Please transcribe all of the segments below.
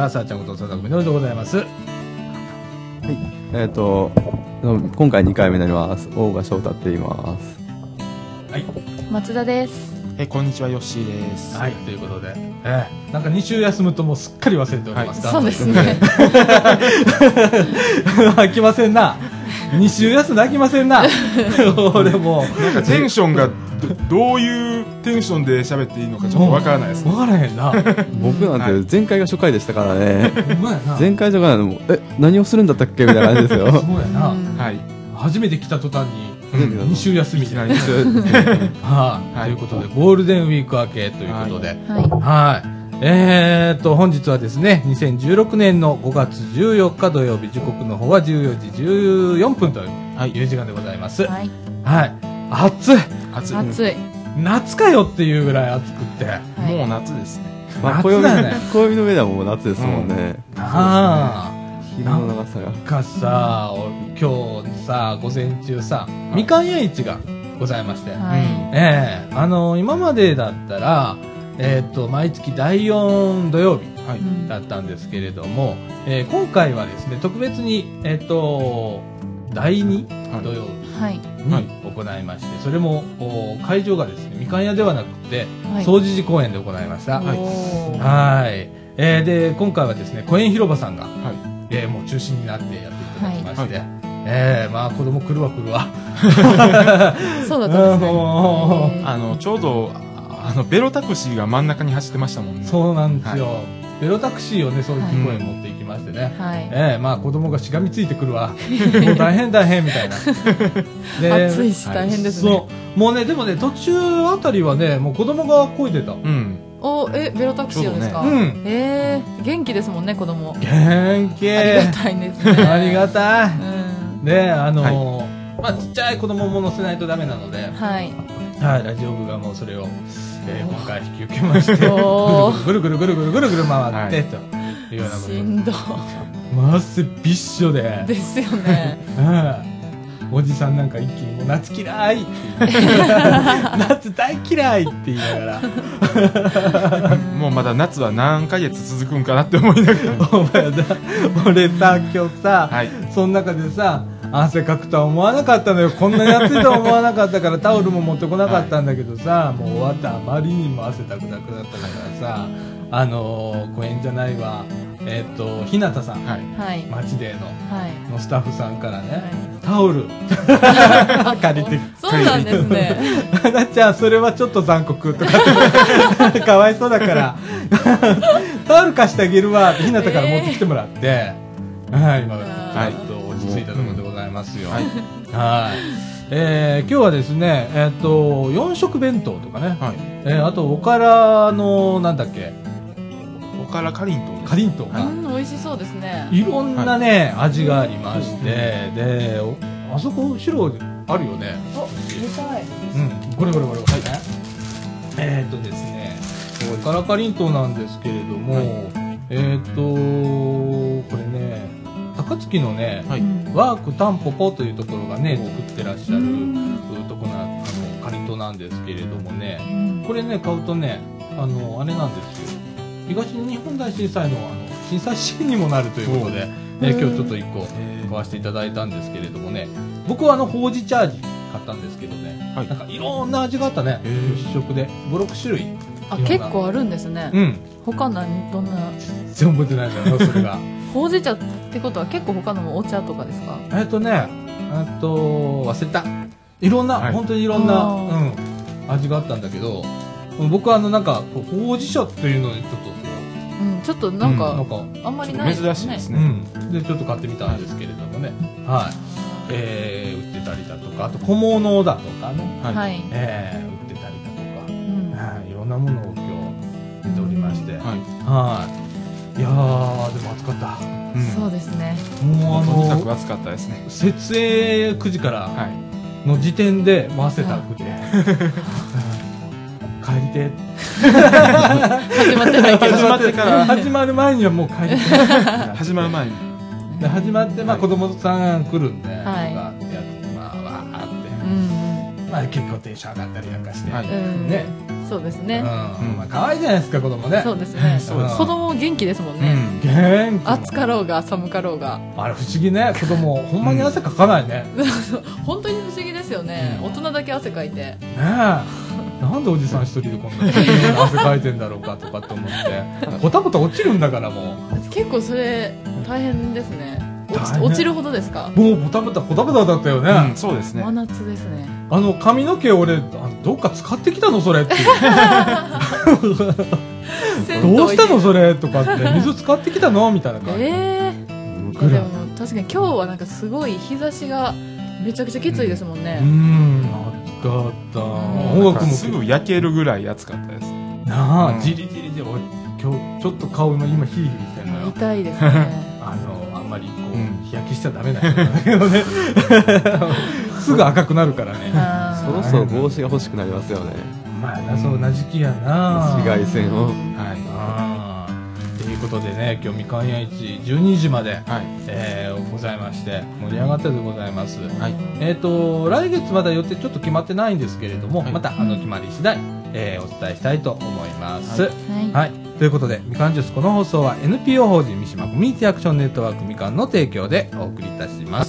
は、さあちゃんこと佐々木みのるでございます。はい。 今回2回目になります。大賀翔太って言います。 はい。 松田です。 こんにちは、ヨッシーです。 はい、ということで、なんか2週休むともうすっかり忘れております。 そうですね。 飽きませんな。2週休んで飽きませんな。俺もなんかテンションがどういうテンションで喋っていいのかちょっとわからないです。 わからへんな。 僕なんて前回が初回でしたからね。 ほんまやな。 前回初回の何をするんだったっけみたいな感じですよ。 そうやな。 はい。 初めて来た途端に2週休みになりました。ということでゴールデンウィーク明けということで、はい。本日はですね、2016年の5月14日土曜日、時刻の方は14時14分という時間でございます。はい。はい。暑い。 暑い。 夏かよっていうぐらい暑くって。 もう夏ですね。 夏だね。 暦の上ではもう夏ですもんね。 ああ。 昼の長さが。 なんかさ、今日さ、午前中さ、みかん屋市がございまして。今までだったら、毎月第4土曜日だったんですけれども、今回はですね、特別に、第2土曜日に行いまして、それも会場がですね、みかん屋ではなくて、総持寺公園で行いました。はい。で、今回はですね、公園広場さんが、もう中心になってやっていただきまして、まあ子供来るわ。 そうだったんですね。 ちょうどベロタクシーが真ん中に走ってましたもんね。 そうなんですよ。ベロタクシーをね、そういう公園持って行きましてね。まあ子供がしがみついてくるわ。もう大変みたいな。 暑いし大変ですね。 そう。もうね、でもね、途中あたりはね、もう子供が漕いでた。 ベロタクシーですか？元気ですもんね、子供。 元気。 ありがたいですね。 ありがたい。ね、まあちっちゃい子供も乗せないとダメなので、はい、ラジオ部がもうそれを今回引き受けまして、ぐるぐる回ってというようなこと。しんど。ま汗びっしょで。 ですよね。 おじさんなんか一気にもう夏嫌い夏大嫌いって言いながらもうまだ夏は何ヶ月続くんかなって思いながらお前だ俺さ今日さ、その中でさ汗かくとは思わなかったのよ。こんなに暑いとは思わなかったからタオルも持ってこなかったんだけどさ、もう終わったあまりにも汗だくだくだったからさ、公園じゃないわ、日向さん、町でのスタッフさんからね、タオル借りて、 そうなんですね。 なっちゃんそれはちょっと残酷とかってかわいそうだからタオル貸してあげるわって日向から持ってきてもらって、今落ち着いたところでございますよ。今日はですね、4色弁当とかね、あとおからのなんだっけ、 おからかりんとう。 かりんとうが美味しそうですね。 いろんなね、味がありまして、であそこ後ろあるよね。 見たい。 これですね、おからかりんとうなんですけれども、これね、高槻のね、ワークタンポポというところがね作ってらっしゃるとこかりんとうなんですけれどもね、これね買うとね、あれなんですよ、東日本大震災の震災支援にもなるということで、今日ちょっと1個買わせていただいたんですけれどもね、僕はほうじ茶味買ったんですけどね、なんかいろんな味があったね。試食で 5,6 種類。 結構あるんですね。他どんな全然覚えてないんだよそれが。 ほうじ茶ってことは結構他のもお茶とかですか？ 忘れた。いろんな、本当にいろんな、味があったんだけど、僕はなんかほうじ茶っていうのにちょっとなんかあんまりない珍しいですね。 でちょっと買ってみたんですけれどもね、売ってたりだとか、あと小物だとかね、売ってたりだとか、いろんなものを今日見ておりまして、いやーでも暑かった。 そうですね。 もうとにかく暑かったですね。 設営9時からの時点でもう汗だくで、帰りて始まってないけど、 始まる前にはもう帰りて始まる前にで始まって、子供さん来るんで、わーってやって、わーって、結構テンション上がったりなんかして、ね。 そうですね。 まあ可愛いじゃないですか子供ね。 そうですね。 そうです。 子供元気ですもんね。 元気。 暑かろうが寒かろうが。 あれ不思議ね。子供ほんまに汗かかないね。 本当に不思議ですよね。大人だけ汗かいて。ねえ。 なんでおじさん一人でこんな汗かいてんだろうかとかって思ってポタポタ落ちるんだからもう結構それ大変ですね。落ちるほどですか？ もうポタポタだったよね。 そうですね。 真夏ですね。 髪の毛俺どっか使ってきたのそれってどうしたのそれとかって水使ってきたのみたいな感じ。 でも確かに今日はなんかすごい日差しがめちゃくちゃきついですもんね。 暑かった。音楽もすぐ焼けるぐらい暑かったですなあ。じりじりで俺今日ちょっと顔今ヒリヒリしてるのよ。 痛いですね。 あんまりこう日焼けしちゃダメなんだけどねすぐ赤くなるからね。 そろそろ帽子が欲しくなりますよね。 まあそんな時期やな。 紫外線を。 ということでね、今日みかん屋市12時まで、ございまして盛り上がったでございます。来月まだ予定ちょっと決まってないんですけれども、また決まり次第、お伝えしたいと思います。ということでみかんジュース、この放送は NPO 法人三島コミュニティアクションネットワークみかんの提供でお送りいたします。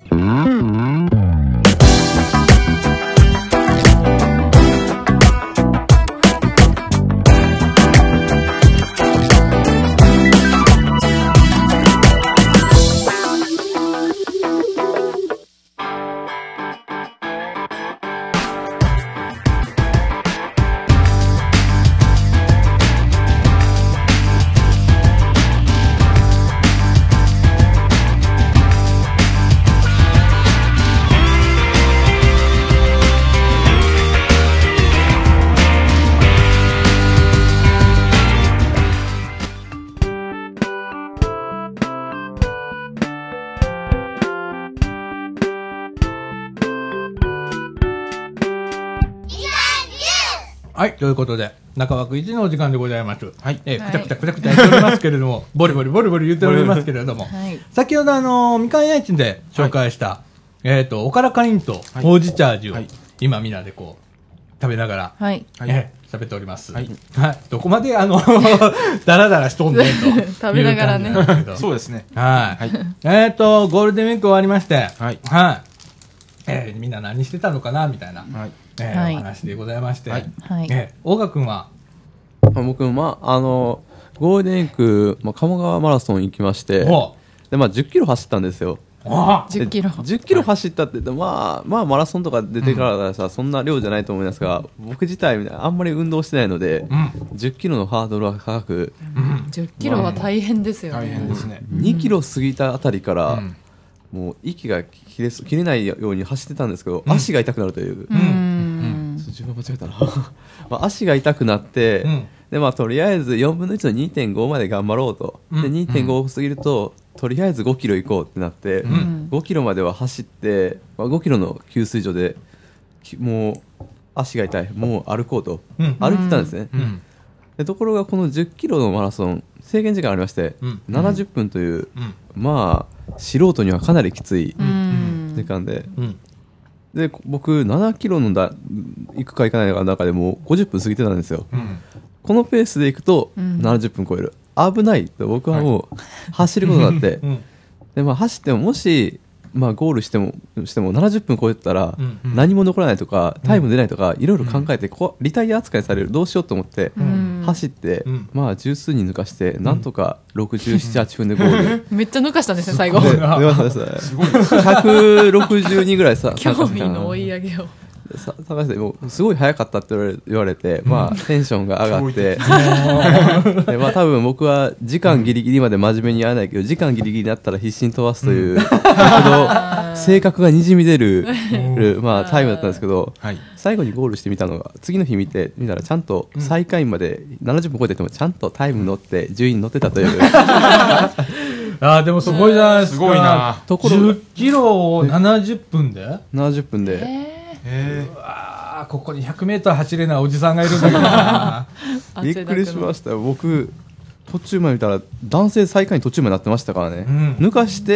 はい、ということで中枠1のお時間でございます。はい、くちゃくちゃくちゃくちゃ言っておりますけれども、ボリボリ言っておりますけれども、先ほどみかん屋市で紹介した、おからかりんとうほうじ茶味を今みんなでこう食べながら喋っております。はい、どこまでダラダラしとんねんと食べながらね。 そうですね。 はい。ゴールデンウィーク終わりまして、みんな何してたのかなみたいな。お話でございまして、大賀君は僕ゴールデンウィーク、鴨川マラソン行きまして、で10キロ走ったんですよ。10キロ走ったってまあマラソンとか出てからさ、そんな量じゃないと思いますが、僕自体あんまり運動してないので、10キロのハードルは高く、 10キロは大変ですよね。 大変ですね。 2キロ過ぎたあたりから、もう息が切れないように走ってたんですけど、足が痛くなるという、自分間違えたな足が痛くなって、でとりあえず4分の1の 2.5 まで頑張ろうと、で 2.5 を過ぎるととりあえず5キロ行こうってなって、5キロまでは走って、5キロの給水所でもう足が痛い、もう歩こうと、歩いてたんですね。でところがこの10キロのマラソン制限時間ありまして、70分という、素人にはかなりきつい時間で、で僕7キロの行くか行かないかの中でも50分過ぎてたんですよ。このペースで行くと70分超える、危ないと僕はもう走ることになって、で走ってももしゴールしても70分超えてたら何も残らないとか、タイム出ないとかいろいろ考えて、リタイア扱いされる、どうしようと思って走って、十数人抜かしてなんとか67、8分でゴールめっちゃ抜かしたんですね最後。 すごい160人ぐらいさ興味の追い上げを探してもうすごい早かったって言われて、テンションが上がってで多分僕は時間ギリギリまで真面目にやらないけど、時間ギリギリになったら必死に飛ばすという性格がにじみ出るタイムだったんですけど、最後にゴールしてみたのが、次の日見たらちゃんと最下位まで70分超えててもちゃんとタイム乗って順位に乗ってたというでもすごいじゃないですか。 すごいな。 10キロを70分で 70分でうわここに100メートル走れないおじさんがいるんだけどなびっくりしました。僕途中まで見たら男性最下位に途中までなってましたからね、抜かして、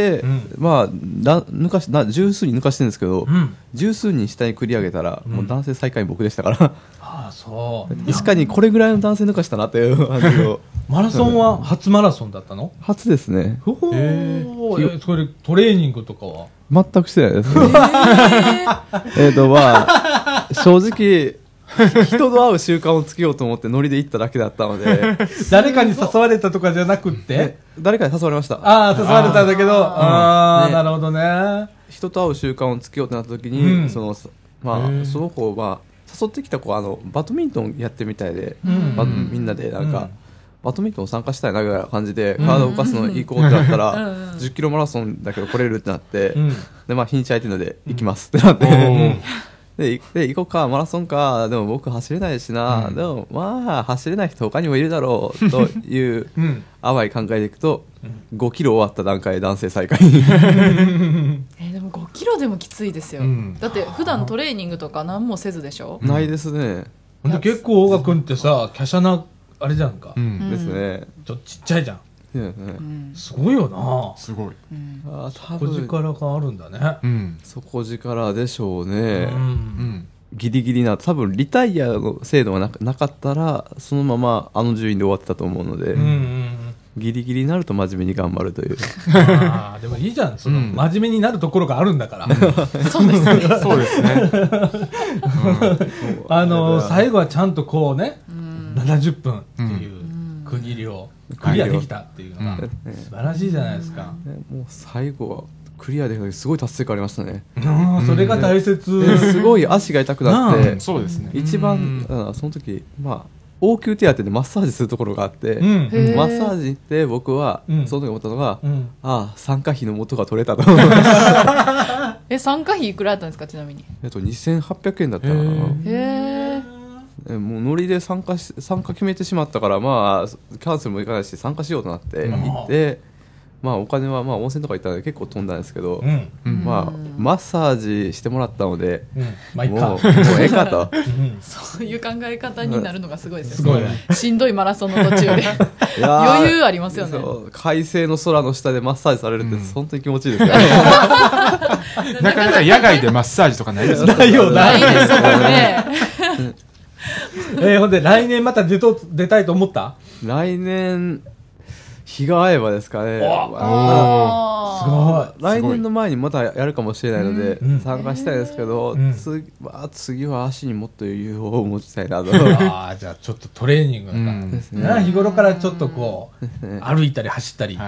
十数人抜かしてるんですけど、十数人下に繰り上げたら、もう男性最下位僕でしたからあ、そう。 確かにこれぐらいの男性抜かしたなっていう感じを。 マラソンは初マラソンだったの？ 初ですね。 それトレーニングとかは？ 全くしてないです。正直、人と会う習慣をつけようと思ってノリで行っただけだったので。 誰かに誘われたとかじゃなくって？ 誰かに誘われました。 ああ、誘われたんだけど、なるほどね。 人と会う習慣をつけようってなった時に、その子、誘ってきた子はバドミントンやってみたいで、みんなでなんか、バドミントン参加したいなぐらいな感じで、体を動かすの行こうってなったら、10キロマラソンだけど来れるってなって、で、日にち空いてるので行きますってなって、で、行こうか、マラソンか、でも僕走れないしな、でも走れない人他にもいるだろう、という淡い考えでいくと、5キロ終わった段階で男性最下位。 でも5キロでもきついですよ。だって普段トレーニングとか何もせずでしょ？ ないですね。 結構、大賀君ってさ、華奢な、あれじゃんか。 ですね。 ちっちゃいじゃん。すごいよな。 すごい。 底力があるんだね。 底力でしょうね。ギリギリな、多分リタイアの制度がなかったら、そのまま順位で終わってたと思うので、ギリギリになると真面目に頑張るという。 でもいいじゃん、その真面目になるところがあるんだから。 そうですね。 そうですね。 最後はちゃんとこうね、70分っていう区切りをクリアできたっていうのが素晴らしいじゃないですか。 もう最後はクリアできた時すごい達成感ありましたね。 それが大切。 すごい足が痛くなって、 そうですね。 一番その時応急手当でマッサージするところがあって、マッサージって僕はその時思ったのが、参加費の元が取れたと。 参加費いくらだったんですか、ちなみに。 2800円だったかな。もうノリで参加決めてしまったから、キャンセルもいかないし参加しようとなって行って、お金は温泉とか行ったので結構飛んだんですけど、マッサージしてもらったので、もうええかと。 そういう考え方になるのがすごいですよね。しんどいマラソンの途中で余裕ありますよね。 快晴の空の下でマッサージされるって本当に気持ちいいですよね。 なかなか野外でマッサージとかないですよね。 ないよないですよね。 ほんで来年また出たいと思った？ 来年日が合えばですかね。 すごい。 来年の前にまたやるかもしれないので参加したいですけど、次は足にもっと余裕を持ちたいなと。 じゃあちょっとトレーニングですね。日頃からちょっとこう歩いたり走ったり。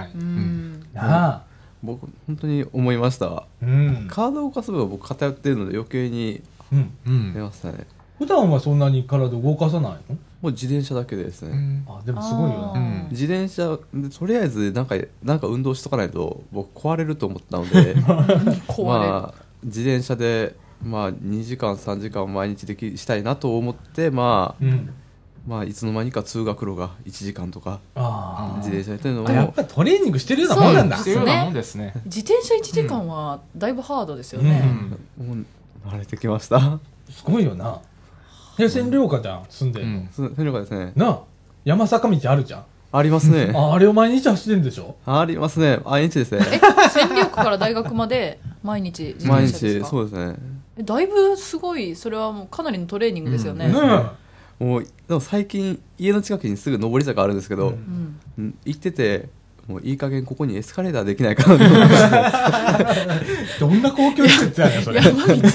僕本当に思いました。体を動かす分は僕偏っているので余計に出ましたね。 普段はそんなに体動かさないの？ もう自転車だけでですね。 でもすごいよね。 自転車でとりあえずなんか運動しとかないと僕壊れると思ったので、自転車で2時間3時間毎日したいなと思って、いつの間にか通学路が1時間とか自転車やってるのもやっぱりトレーニングしてるようなもんなんだ。 してるようなもんですね。自転車1時間はだいぶハードですよね。 もう慣れてきました。 すごいよな。千両下じゃん、住んでるの。 千両下ですね。 山坂道あるじゃん。 ありますね。 あれを毎日走ってるんでしょ？ ありますね。毎日ですね。 千両下から大学まで毎日自転車ですか？ そうですね。 だいぶすごい、それはもうかなりのトレーニングですよね。 もうでも最近家の近くにすぐ上り坂あるんですけど、行っててもういい加減ここにエスカレーターできないかなと思って。 どんな公共施設やねんそれ。 山道。ず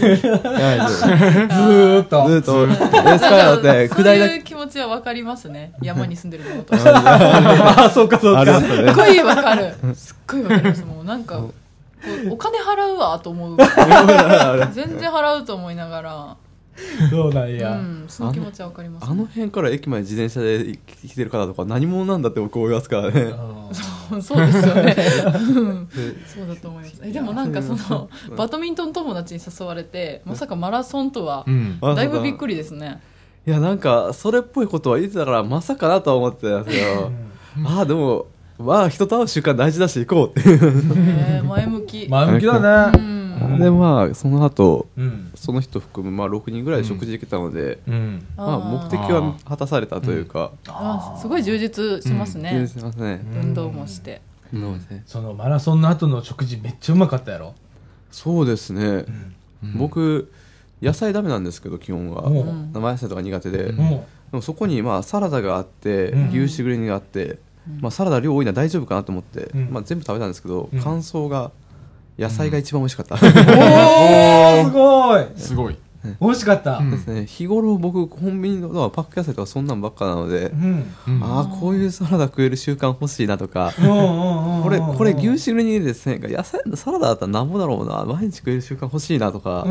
ーっとエスカレーターってそういう気持ちはわかりますね。山に住んでるものとして。 そうかそうか。 すっごいわかる。すっごいわかります。もうなんかお金払うわと思う。全然払うと思いながら。 そうなんや。 その気持ちはわかります。 あの辺から駅まで自転車で来てる方とか何者なんだって僕思いますからね。 そうですよね。そうだと思います。でもなんかそのバドミントン友達に誘われてまさかマラソンとはだいぶびっくりですね。 いやなんかそれっぽいことは言ってたからまさかなとは思ってたんですよ。でも人と会う習慣大事だし行こうっていう。 前向きだね。 でその後、その人含む6人ぐらい食事できたので、目的は果たされたというか、 すごい充実しますね。 充実しますね。 運動もして。 そのマラソンの後の食事めっちゃうまかったやろ？ そうですね。僕野菜ダメなんですけど基本は生野菜とか苦手で、でもそこにまあサラダがあって、牛しぐれ煮があって、まあ、サラダ量多いのは大丈夫かなと思って、まあ、全部食べたんですけど、感想が野菜が一番美味しかった、おーすごいすごい美味しかった、 ですね。日頃僕コンビニのパック野菜とかそんなんばっかなので、ああこういうサラダ食える習慣欲しいなとか、これ牛しぐれ煮ですね、野菜のサラダだったらなんぼだろうな、毎日食える習慣欲しいなとか、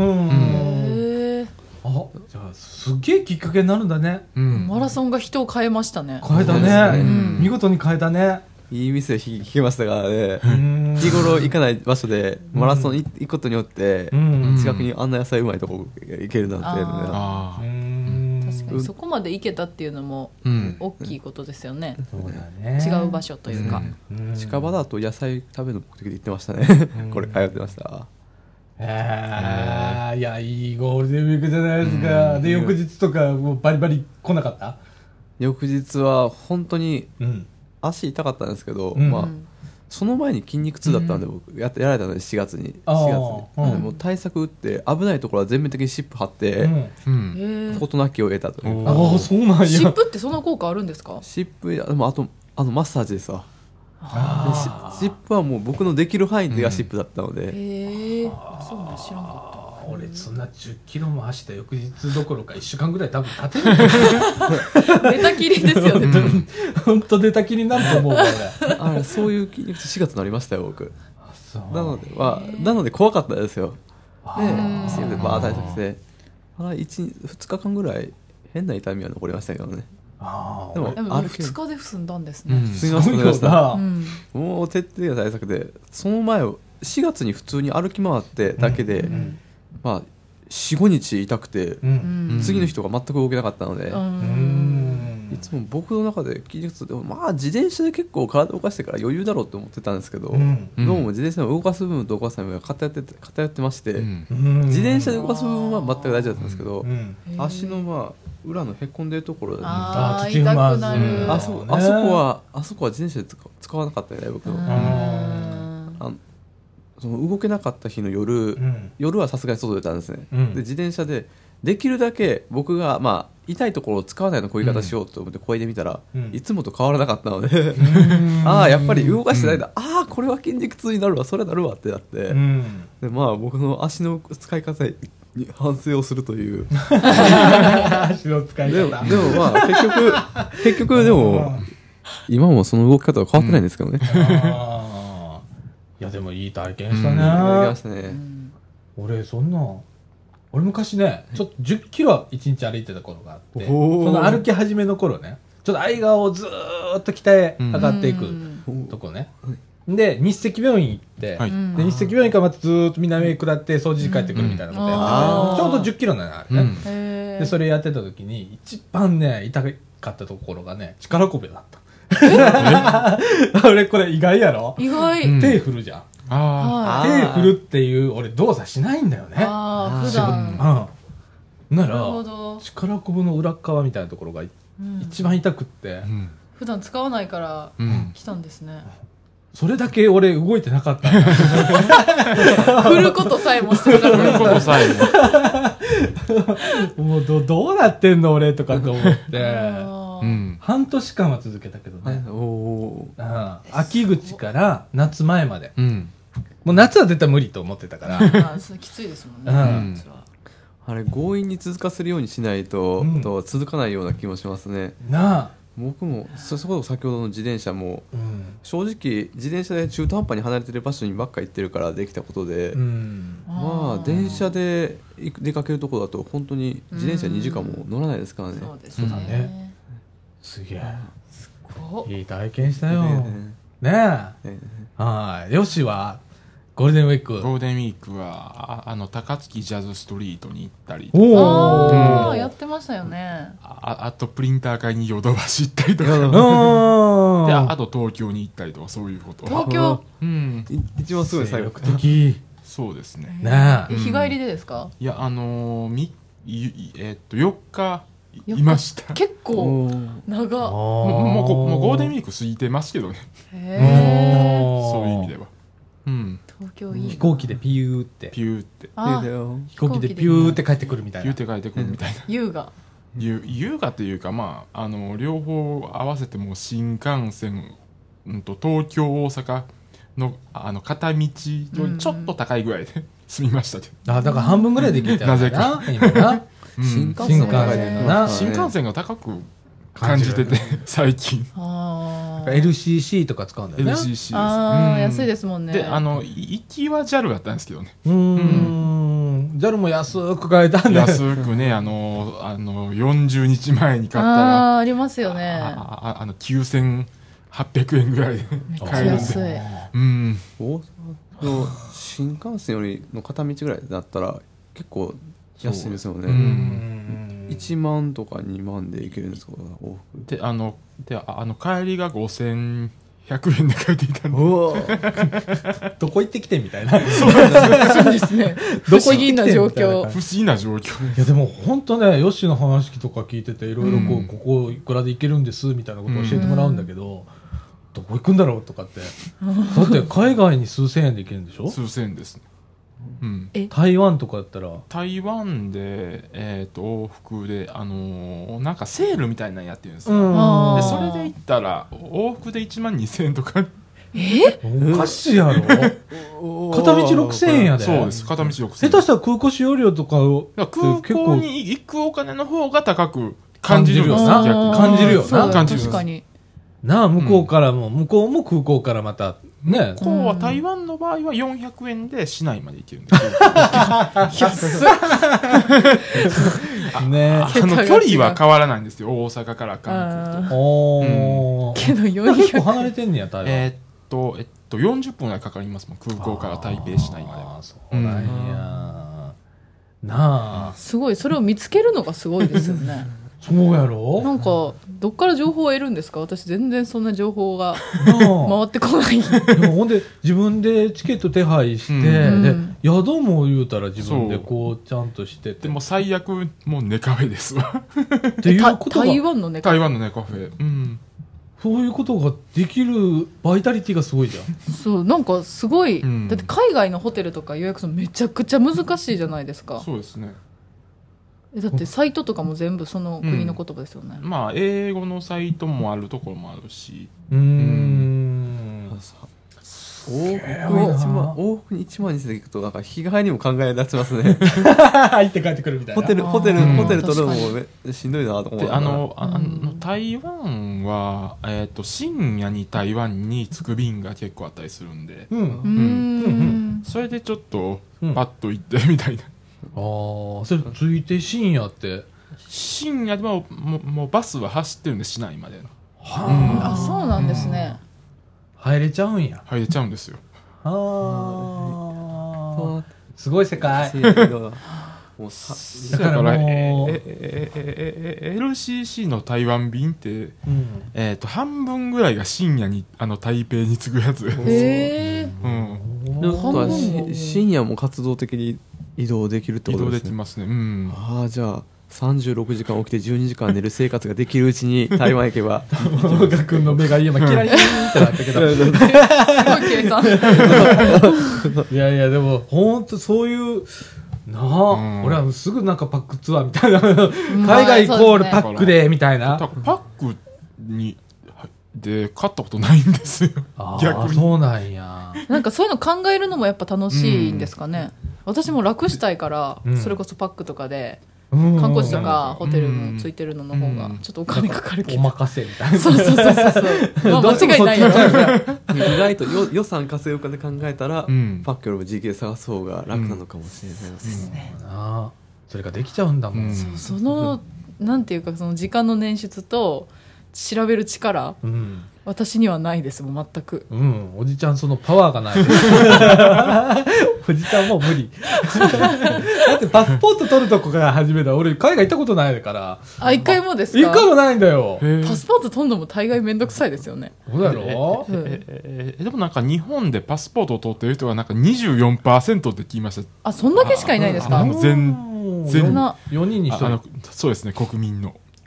あ、じゃあすげえきっかけになるんだね、 マラソンが人を変えましたね。 変えたね、見事に変えたね。 いい店引けましたからね。日頃行かない場所でマラソン行くことによって近くにあんな野菜うまいとこ行けるなんていうのね。確かにそこまで行けたっていうのも大きいことですよね。 そうだね。 違う場所というか、 近場だと野菜食べる目的で行ってましたね。これ通ってました。 いやいいゴールデンウィークじゃないですか。で翌日とかもうバリバリ来なかった？ 翌日は本当に足痛かったんですけど、まあその前に筋肉痛だったんで僕やられたので4月にもう対策打って危ないところは全面的に湿布貼って事なきを得たという。 ああそうなんや。 湿布ってそんな効果あるんですか？ 湿布でもあとマッサージですわ。湿布はもう僕のできる範囲でが湿布だったので。 そうなん知らんかった。 俺そんな10キロも走った翌日どころか1週間ぐらい多分立てる寝たきりですよね。 本当寝たきりになると思う俺そういう筋肉痛4月になりましたよ僕。なので怖かったですよ。でバー対策して2日間ぐらい変な痛みは残りましたけどね。 でも2日で済んだんですね。 済みました。もう徹底的な対策で、その前を4月に普通に歩き回ってだけで、まあ 4,5 日痛くて、次の日とか全く動けなかったので、いつも僕の中で筋肉痛でまあ自転車で結構体を動かしてから余裕だろうと思ってたんですけど、どうも自転車の動かす部分と動かす部分が偏ってまして、自転車で動かす部分は全く大丈夫だったんですけど、足のまあ裏のへこんでるところで、 痛くなる。 あそこは自転車で使わなかったね僕の。その動けなかった日の夜はさすがに外出たんですね。で自転車でできるだけ僕がまあ痛いところを使わないような漕ぎ方しようと思って漕いでみたら、いつもと変わらなかったのでやっぱり動かしてないんだ、これは筋肉痛になるわ、それなるわってなって、でまあ僕の足の使い方に反省をするという足の使い方でもまあ結局でも今もその動き方は変わってないんですけどね。 いやでもいい体験したね。 やりましたね。 俺昔ねちょっと10キロ1日歩いてた頃があって、その歩き始めの頃ねちょっと相川をずーっと北へ上がっていくとこね、で日赤病院行って、で日赤病院からまたずーっと南へ下って掃除時帰ってくるみたいなことやってて、ちょうど10キロなのあれね、でそれやってた時に一番ね痛かったところがね力こべだった。俺これ意外やろ。 意外。 手振るじゃん。手振るっていう俺動作しないんだよね。 普段。 なら力こぶの裏側みたいなところが一番痛くって、 普段使わないから来たんですね。 それだけ俺動いてなかった。 振ることさえもしてなかった。振ることさえも。もうどうなってんの俺とかと思って。半年間は続けたけどね。秋口から夏前まで。もう夏は絶対無理と思ってたから。 きついですもんね。 あれ強引に続かせるようにしないと続かないような気もしますね。僕もそこそ先ほどの自転車も、正直自転車で中途半端に離れてる場所にばっか行ってるからできたことで、まあ電車で出かけるところだと本当に自転車2時間も乗らないですからね。 そうだね。すげえ。いい体験したよ。ねえ。はい。よしはゴールデンウィークは高槻ジャズストリートに行ったり、 やってましたよね。 あとプリンター会にヨドバシ行ったりとかで、あと東京に行ったりとか、そういうこと。 東京一番すごい最後そうですね。 日帰りでですか？ いや4日いました。 結構長。 もうゴールデンウィーク過ぎてますけどね。そういう意味では。 東京いい。 飛行機でピューって。 ピューって。 飛行機でピューって帰ってくるみたいな。 ピューって帰ってくるみたいな。 優雅。 優雅というか、まあ、両方合わせても新幹線、東京、大阪の、片道よりちょっと高いぐらいで済みましただから半分ぐらいで行けたなぜか。 今な。 新幹線が高く感じてて、最近。 LCC とか使うんだよね。 LCC です。 安いですもんね。 で、行きは JAL だったんですけどね。 JAL も安く買えたんだよ。 安くね、40日前に買ったら。 ありますよね。 9800円ぐらいで買えるんで。 安い。 大阪の新幹線よりの片道ぐらいだったら結構安いですよね。1万とか2万で行けるんですか、往復で。帰りが5100円で帰っていたんで。 どこ行ってきてみたいな。 そうですね。不思議な状況。 不思議な状況。 いやでも本当ね、ヨッシーの話とか聞いてて、いろいろここいくらで行けるんですみたいなことを教えてもらうんだけど、どこ行くんだろうとかって。だって海外に数千円で行けるんでしょ？ 数千円ですね。 台湾とかだったら台湾で、往復で、なんかセールみたいなのやってるんですよ。でそれで行ったら往復で1万2000円とか。 おかしいやろ。片道6000円やで。 そうです、片道6000円。 下手したら空港使用料とか空港に行くお金の方が高く感じるよな。感じるよな。 確かになあ、向こうからも、向こうも空港からまたね。 向こうは台湾の場合は400円で市内まで行けるんですよ。安い。ね、距離は変わらないんですよ、大阪から韓国と。 けど400円。 結構離れてんねや、台湾。 40分ぐらいかかりますもん、空港から台北市内までは。 そうなんや。なあ。 すごい、それを見つけるのがすごいですよね。 そうやろ。 なんかどっから情報を得るんですか？私全然そんな情報が回ってこない。 でもほんで自分でチケット手配して、で宿も言うたら自分でこうちゃんとしてて。 でも最悪もうネカフェですわ。 っていうことが台湾のネカフェ。 台湾のネカフェ。 そういうことができるバイタリティがすごいじゃん。 そうなんかすごい、だって海外のホテルとか予約するのめちゃくちゃ難しいじゃないですか。 そうですね。 だってサイトとかも全部その国の言葉ですよね。 まあ英語のサイトもあるところもあるし。 往復に1万2000で行くとなんか日帰りも考え出せますね。 入って帰ってくるみたいな。 ホテル取るのもしんどいなと思って台湾は深夜に台湾に着く便が結構あったりするんで、それでちょっとパッと行ってみたいな。 それついて深夜って深夜でもうバスは走ってるんで市内までの。 あ、そうなんですね。 入れちゃうんや。 入れちゃうんですよ。 すごい世界。 だからLCC の台湾便って、半分ぐらいが深夜に台北に次ぐやつ。 深夜も活動的に移動できるってことですね。 移動できますね。 じゃあ36時間起きて12時間寝る生活ができるうちに台湾行けば。 大賀君の目が今キラリンってなったけど。 すごい計算。 いやいやでも本当そういうなあ、俺はすぐなんかパックツアーみたいな、海外イコールパックでみたいな。 パックにで買ったことないんですよ。逆に。 そうなんや。 なんかそういうの考えるのもやっぱ楽しいんですかね。私も楽したいから、それこそパックとかで観光地とかホテルもついてるのの方がちょっとお金かかるけど、 お任せみたいな。 そうそうそうそう、まあ、間違いないよ。 意外と予算稼ぐお金考えたら、パックよりも自力で探す方が楽なのかもしれないですね。 それができちゃうんだもん。 そのなんていうか、その時間の捻出と調べる力、私にはないですもん全く。 おじちゃんそのパワーがないです。おじちゃんもう無理。だってパスポート取るとこから始めたら、俺海外行ったことないから。 一回もですか？ 一回もないんだよ。 パスポート取るのも大概めんどくさいですよね。 そうだろ。 でもなんか日本でパスポートを取ってる人がなんか 24% って聞きました。 そんだけしかいないですか？ 4人に1人。 そうですね、 国民の。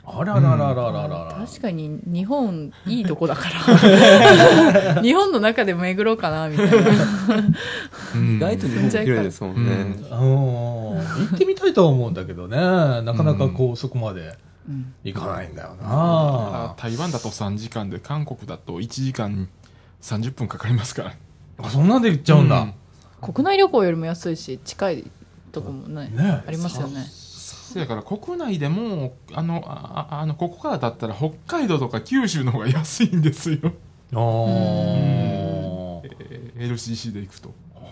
あらららららら。 確かに日本いいとこだから日本の中で巡ろうかなみたいな意外と日本綺麗ですもんね。 行ってみたいとは思うんだけどね、なかなかこうそこまで行かないんだよな。 台湾だと3時間で韓国だと1時間30分かかりますから。 あ、そんなんで行っちゃうんだ。 国内旅行よりも安いし近いとこもねありますよね。 だから国内でもここからだったら北海道とか九州の方が安いんですよ。LCC で行くと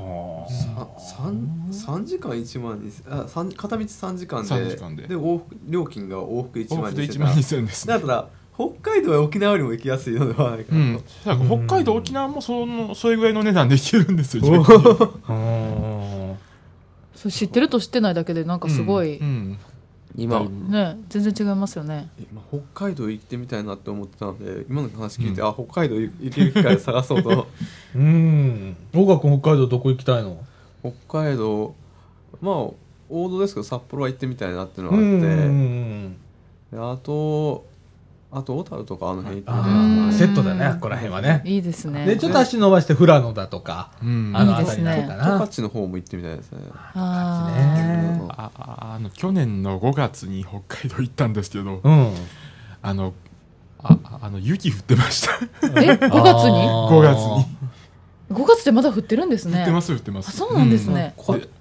3時間1万2000片道3時間で 3時間で料金が往復1万2000円。 往復で1万2000円です、ね、 だから北海道は沖縄よりも行きやすいのではないかなと、 だから北海道沖縄もそれぐらいの値段で行けるんですよ。 そう知ってると知ってないだけでなんかすごい、 今ね全然違いますよね。 北海道行ってみたいなって思ってたので今の話聞いて、北海道行ける機会を探そうと。 大川君北海道どこ行きたいの？ 北海道まあ王道ですけど札幌は行ってみたいなっていうのがあって、あと小樽とかあの辺行ってみたい。 セットだね、ここら辺はね。 いいですね。 でちょっと足伸ばして富良野だとか、あの辺りなのかな。 十勝の方も行ってみたいですね。 去年の5月に北海道行ったんですけど、雪降ってました。 5月に 5月に 5月でまだ降ってるんですね。 降ってます。 そうなんですね。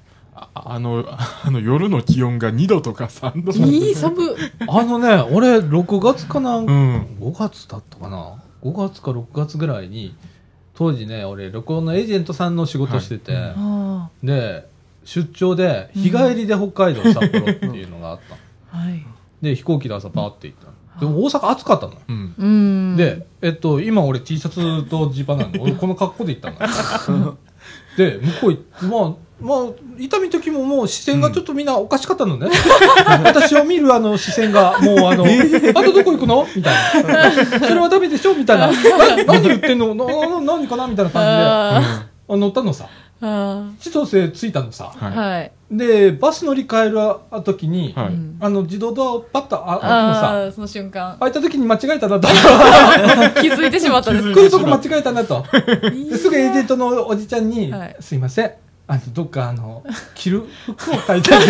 夜の気温が2度とか3度。 いい寒。 俺6月かな、5月だったかな、5月か6月ぐらいに当時ね俺録音のエージェントさんの仕事してて、で出張で日帰りで北海道札幌っていうのがあった、で飛行機で朝パーって行ったでも大阪暑かったの、で、今俺 T シャツとジーパンなんで俺この格好で行ったので向こう伊丹の時ももう視線がちょっとみんなおかしかったのね、私を見る視線がもうあとどこ行くのみたいなそれはダメでしょみたいな何言ってんの何かなみたいな感じで乗ったのさ、千歳着いたのさ、でバス乗り換える時に、自動ドアをパッと開くのさ、 その瞬間開いた時に間違えたなと気づいてしまったんです。 来るとこ間違えたなとですぐエージェントのおじちゃんに、すいませんどっか着る服を買いたい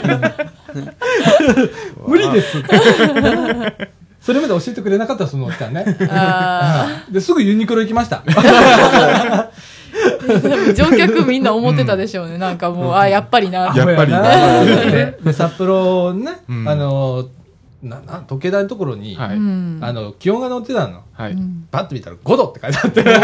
無理ですそれまで教えてくれなかったそのおじちゃんねですぐユニクロ行きました乗客みんな思ってたでしょうね、なんかもうやっぱりなで札幌ね、時計台のところに、気温が載ってたの、バッと見たら5度って書いてあって俺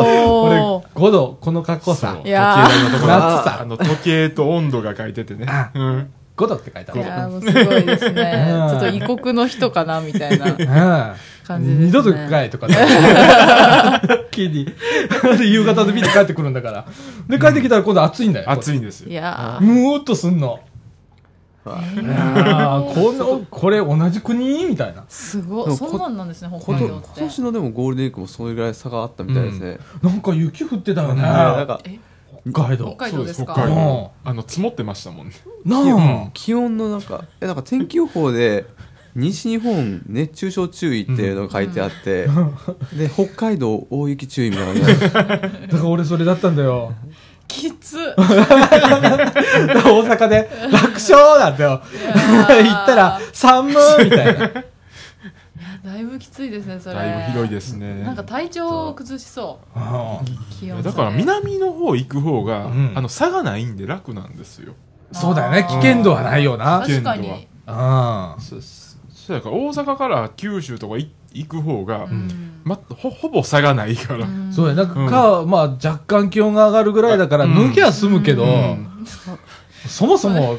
5度この格好さ、 時計台のところ時計と温度が書いててね、 5度って書いてある。 いやもうすごいですねちょっと異国の人かなみたいな感じですね。 二度とかいとかね気に夕方で見て帰ってくるんだからで帰ってきたら今度暑いんだよ。 暑いんですよ。 いやムーっとすんの。これ同じ国みたいな。 すごい。そんなんなんですね北海道って。 今年のでもゴールデンウィークもそれぐらい差があったみたいですね。 なんか雪降ってたよね。なんか北海道ですか。 積もってましたもんね。 気温のなんか天気予報で西日本熱中症注意っていうのが書いてあって、で北海道大雪注意みたいなだから俺それだったんだよ。 きつ大阪で楽勝だったよ行ったら寒いみたいな。 だいぶきついですねそれ。 だいぶ広いですね。 なんか体調を崩しそう気温だから南の方行く方が、差がないんで楽なんですよ。 そうだよね、危険度はないよな。 確かに。 そうだから大阪から九州とか行く方が、ほぼ差がないから。 そうや、なんか、まあ若干気温が上がるぐらいだから脱ぎは済むけど、そもそも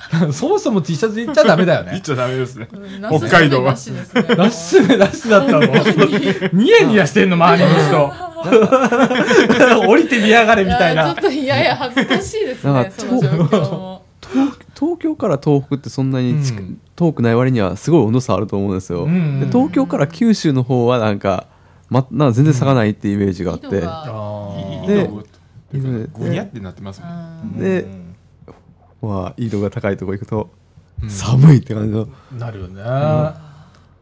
T シャツいっちゃダメだよね。 いっちゃダメですね。北海道は。 ラッシュ目なしだったの。ニヤニヤしてんの周りの人。降りて見やがれみたいな。 ちょっといや恥ずかしいですねその状況も。 東京から東北ってそんなに遠くない割にはすごい温度差あると思うんですよ。で東京から九州の方はなんか全然差がないっていうイメージがあって、 でぐにゃってなってますもん。 で緯度が高いとこ行くと寒いって感じの。 なるよね。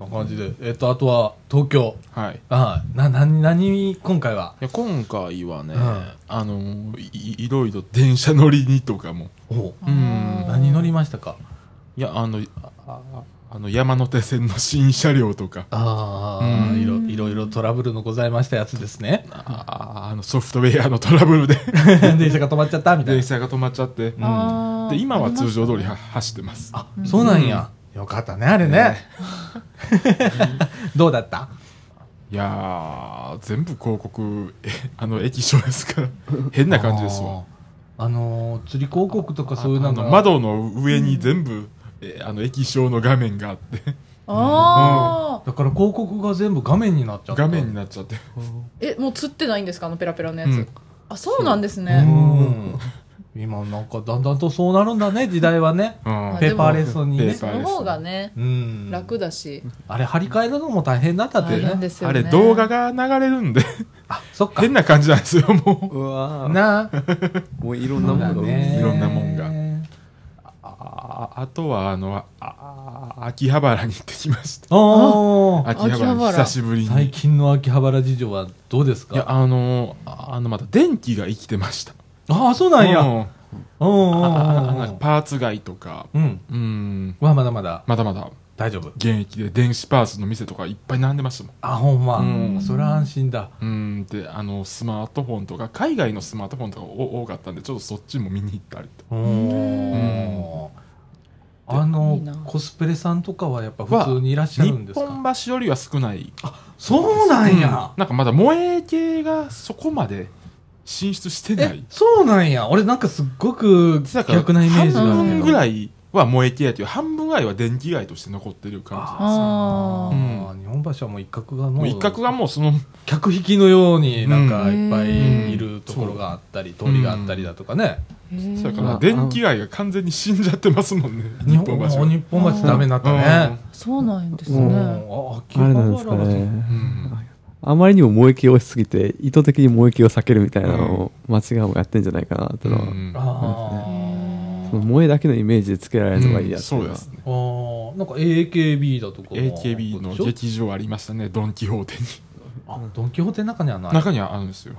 な感じで。あとは、東京。 はい。 何、今回は。 今回はね、いろいろ電車乗りにとかも。 何乗りましたか？ いや、山手線の新車両とか。 いろいろトラブルのございましたやつですね。 ソフトウェアのトラブルで電車が止まっちゃったみたいな。 電車が止まっちゃって。で、今は通常通り走ってます。 そうなんや。よかったね、あれね。どうだった？ いやー、全部広告、液晶ですから、変な感じですわ。 釣り広告とかそういうの窓の上に全部、液晶の画面があって。だから広告が全部画面になっちゃった。 画面になっちゃって。 もう釣ってないんですか、ペラペラのやつ。そうなんですね。 今なんかだんだんとそうなるんだね、時代はね。ペーパーレスにね。 その方がね、楽だし。 あれ張り替えるのも大変だったってね。 あれ動画が流れるんで、 そっか。 変な感じなんですよ、もう。 うわなもういろんなものが。 いろんなもんが。あとは、秋葉原に行ってきました。秋葉原久しぶりに。 最近の秋葉原事情はどうですか？ いや、まだ電気が生きてました。 そうなんや。 パーツ街とか。 まだまだ大丈夫。 現役で電子パーツの店とかいっぱい並んでましたもん。 ほんま。それは安心だ。 で、スマートフォンとか、海外のスマートフォンとか多かったんで、ちょっとそっちも見に行ったりと。 コスプレさんとかはやっぱ普通にいらっしゃるんですか？ 日本橋よりは少ない。 そうなんや。 なんかまだ萌え系がそこまで進出してない。 そうなんや。俺なんかすっごく逆なイメージがあるけど。 半分ぐらいは萌え系やという、半分ぐらいは電気街として残ってる感じです。日本橋はもう一角がもうその客引きのようになんかいっぱいいるところがあったり、通りがあったりだとかね。 それから電気街が完全に死んじゃってますもんね。 日本橋ダメになったね。 そうなんですね。 あれなんですかね。あまりにも萌え系をしすぎて意図的に萌え系を避けるみたいなのを町側もやってんじゃないかなというのは、その萌えだけのイメージでつけられるのがいいやつ。 そうですね。 なんか AKB だとか AKB の劇場ありましたね、ドン・キホーテに。 ドン・キホーテの中にあるの？ 中にはあるんですよ。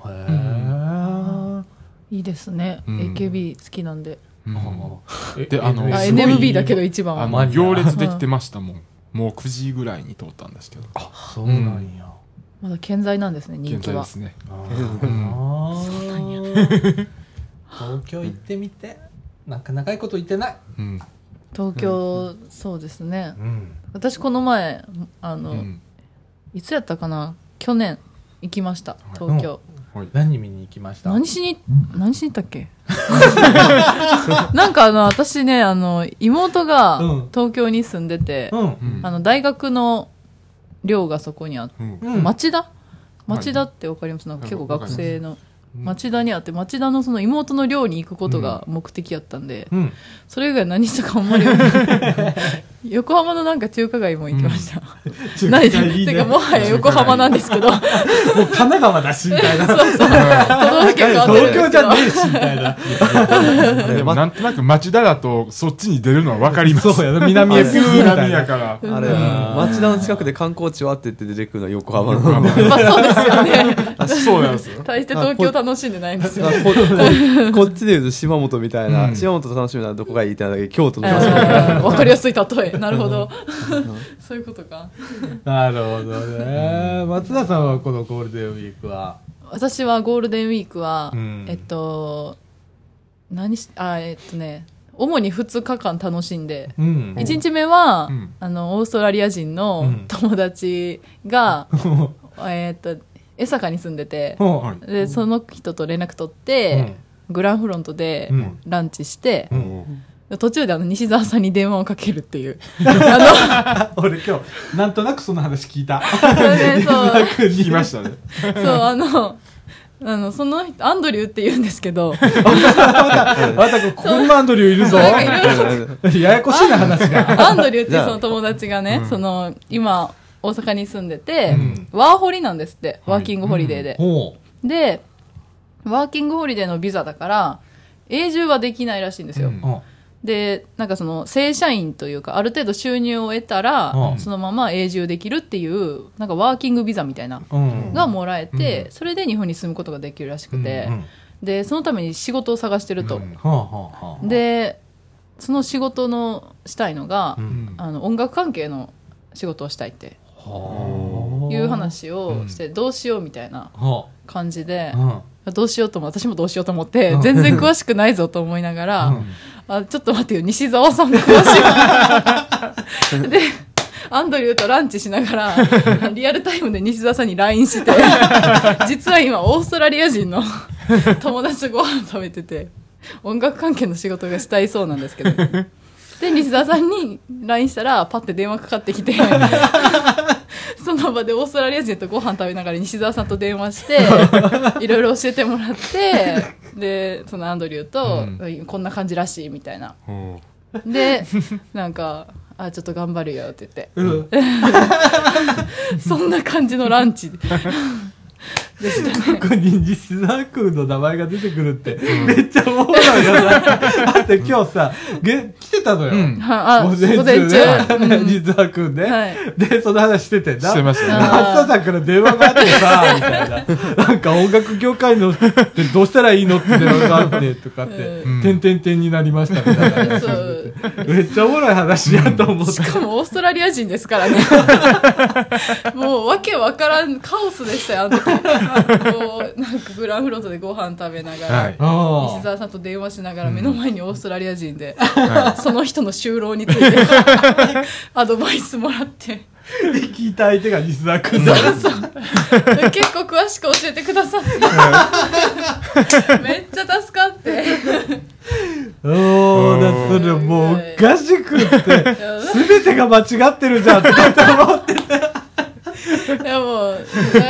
いいですね。AKB 好きなんで。 で、 NMB だけど一番は行列できてましたもん。もう9時ぐらいに通ったんですけど。 そうなんや。 まだ健在なんですね、人気は。 健在ですね。 そうなんや。 東京行ってみて、なんか長いこと行ってない。 東京、そうですね。私この前、いつやったかな、去年行きました、東京。 何見に行きました？ 何しに行ったっけ？なんか私ね、妹が東京に住んでて、大学の寮がそこにあって、町田ってわかります？なんか結構学生の町田にあって、町田のその妹の寮に行くことが目的やったんで、それ以外何したかあんまり横浜のなんか中華街も行きました。ないてかもはや横浜なんですけど、もう神奈川だしみたいな。そうそう。 東京じゃねえしみたいな。 でもなんとなく町田だとそっちに出るのは分かります。 そうやな、南へピュー南やから。 あれ町田の近くで観光地はって言って出てくるのは横浜の。 まあそうですよね。 そうなんですよ。 大して東京楽しんでないんですよ。 こっちで言うと島本みたいな、島本楽しみなどこがいいってなだけ京都のわかりやすい例え。なるほど。そういうことか。 なるほどね。松田さんはこのゴールデンウィークは？ 私はゴールデンウィークは、主に2日間楽しんで、1日目は、オーストラリア人の友達が、江坂に住んでて、でその人と連絡取って、グランフロントでランチして、途中で西澤さんに電話をかけるっていう。 俺今日なんとなくその話聞いた。 聞きましたね。 そうその人アンドリューって言うんですけど。 またここにもアンドリューいるぞ。ややこしいな話が。 アンドリューっていうその友達がね、今大阪に住んでて、ワーホリなんですって、ワーキングホリデーで。で、ワーキングホリデーのビザだから永住はできないらしいんですよ。 で、なんかその正社員というか、ある程度収入を得たら、そのまま永住できるっていう、なんかワーキングビザみたいな、がもらえて、それで日本に住むことができるらしくて、で、そのために仕事を探してると。で、その仕事のしたいのが、音楽関係の仕事をしたいっていう話をして、どうしようみたいな感じで、どうしようとも、私もどうしようと思って、全然詳しくないぞと思いながら、ちょっと待ってよ、西澤さん詳しい。で、アンドリューとランチしながら、リアルタイムで西澤さんに LINE して、実は今、オーストラリア人の友達とご飯食べてて、音楽関係の仕事がしたいそうなんですけど。で、西澤さんに LINE したら、パッて電話かかってきて、その場でオーストラリア人とご飯食べながら西澤さんと電話して、いろいろ教えてもらって、で、そのアンドリューと、こんな感じらしいみたいな。で、なんか、ちょっと頑張るよって言って。そんな感じのランチ。でしたね。 ここに西澤君の名前が出てくるって、めっちゃおもろいよな。だって今日さ、来てたのよ。午前中。西澤君ね。で、その話しててしてましたね。 朝さんから電話があってさ、みたいな。なんか音楽業界のってどうしたらいいのって電話があって、とかって、点々点になりましたみたいな。めっちゃおもろい話やと思って。 しかもオーストラリア人ですからね。もうわけわからんカオスでしたよ、あの時。こうなんかグランフロントでご飯食べながら、西澤さんと電話しながら目の前にオーストラリア人で、その人の就労についてアドバイスもらって。 聞いた相手が西澤君だ。 そう結構詳しく教えてくださってめっちゃ助かって。 それもうおかしくって全てが間違ってるじゃんって思ってた。 いやもう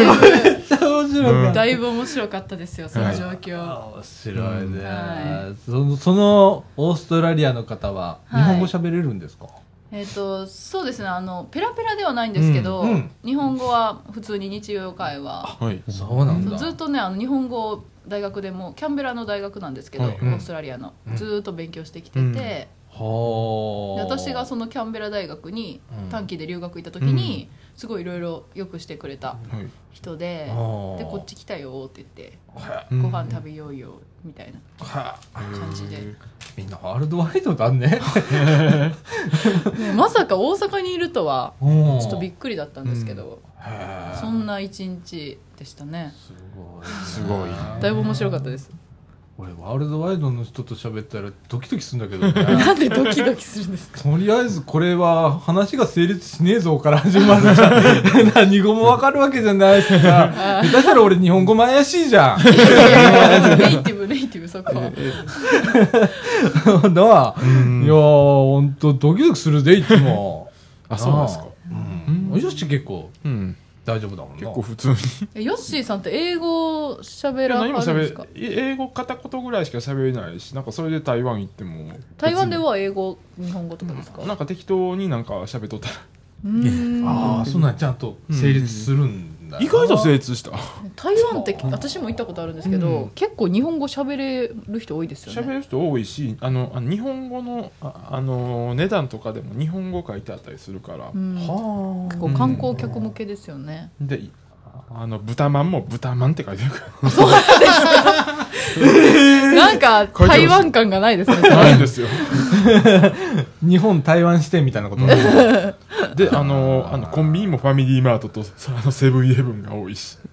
だいぶ面白かったですよ、その状況。 面白いね。そのオーストラリアの方は日本語喋れるんですか？ そうですね、ペラペラではないんですけど、日本語は普通に日常会話。 そうなんだ。 ずっとね、日本語大学でもキャンベラの大学なんですけど、オーストラリアのずっと勉強してきてて、私がそのキャンベラ大学に短期で留学行った時にすごいいろいろよくしてくれた人で、でこっち来たよって言ってご飯食べようよみたいな感じで。 みんなワールドワイドだね。 まさか大阪にいるとはちょっとびっくりだったんですけど、そんな一日でしたね。 すごいだいぶ面白かったです。 俺ワールドワイドの人と喋ったらドキドキするんだけどね。 なんでドキドキするんですか？ とりあえずこれは話が成立しねえぞから始まるじゃん。何語もわかるわけじゃないしさ。下手したら俺日本語も怪しいじゃん。 ネイティブそこは。 いやほんとドキドキするでいつも。 そうですか。 よし結構大丈夫だもんな。 結構普通に。 ヨッシーさんって英語喋らはるんですか？ 英語片言ぐらいしか喋れないし、なんかそれで台湾行っても。 台湾では英語、日本語とかですか？ なんか適当になんか喋っとったら。 そんなんちゃんと成立するんだ。 意外と成立した。 台湾って私も行ったことあるんですけど、結構日本語喋れる人多いですよね。 喋る人多いし、日本語の値段とかでも日本語書いてあったりするから、 結構観光客向けですよね。 で豚まんも豚まんって書いてあるから。 そうなんですか？なんか台湾感がないですね。 ないですよ。 日本台湾支店みたいなことでコンビニもファミリーマートとセブンイレブンが多いし。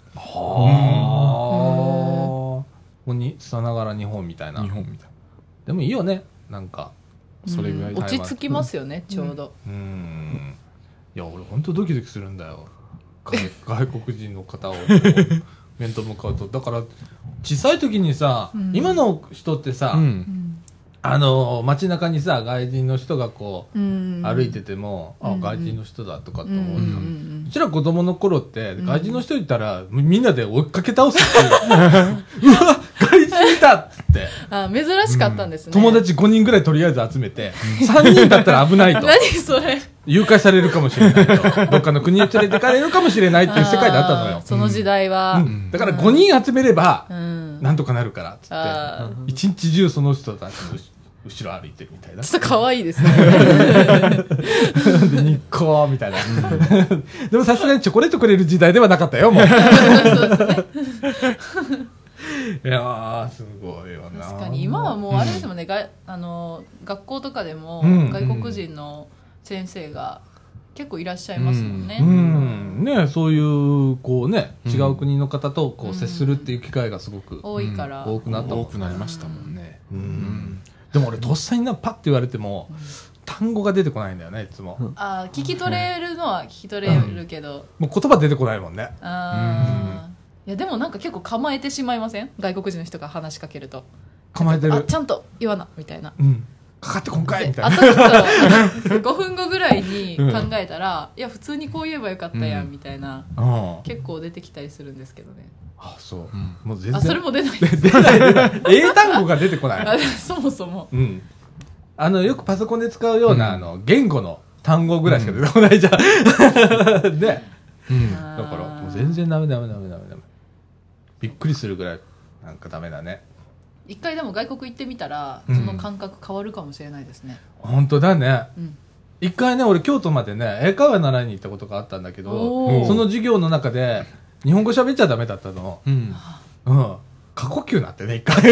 さながら日本みたいな。 日本みたいな。 でもいいよね、なんかそれぐらい落ち着きますよね、ちょうど。 いや俺本当ドキドキするんだよ。外国人の方を面と向かうと。だから小さい時にさ、今の人ってさ、街中にさ外人の人がこう歩いてても、外人の人だとかって思うじゃん。うちら子供の頃って外人の人いたらみんなで追いかけ倒すっていう。うわ外人いたっつって。 珍しかったんですね。 友達5人ぐらいとりあえず集めて、3人だったら危ないと。 何それ。 誘拐されるかもしれないと。どっかの国に連れてかれるかもしれないっていう世界だったのよ。 その時代は。 だから5人集めれば、なんとかなるからっつって。一日中その人たちの後ろ歩いてるみたいな。 ちょっと可愛いですね。 で、ニッコーみたいな。でもさすがにチョコレートくれる時代ではなかったよ、もう。いやー、すごいよな。 確かに、今はもうあれですもんね、学校とかでも外国人の先生が結構いらっしゃいますもんね。 ね、そういう、こうね、違う国の方とこう接するっていう機会がすごく多いから。 多くなりましたもんね。 でも俺とっさにパッて言われても単語が出てこないんだよね、いつも。 聞き取れるのは聞き取れるけど、 もう言葉出てこないもんね。 いやでもなんか結構構えてしまいません？外国人の人が話しかけると構えてる。 ちゃんと言わなみたいな。 かかってこんかいみたいな。 5分後ぐらいに考えたら、いや普通にこう言えばよかったやんみたいな、結構出てきたりするんですけどね。 あ、そう。もう全然。 それも出ない。 出ない。英単語が出てこない。 そもそも。 よくパソコンで使うような言語の単語ぐらいしか出てこないじゃん。ね。だからもう全然ダメ。びっくりするぐらいなんかダメだね。 一回でも外国行ってみたらその感覚変わるかもしれないですね。 本当だね。一回ね、俺京都までね、英会話習いに行ったことがあったんだけど、その授業の中で日本語喋っちゃダメだったの。過呼吸なってね、一回。ス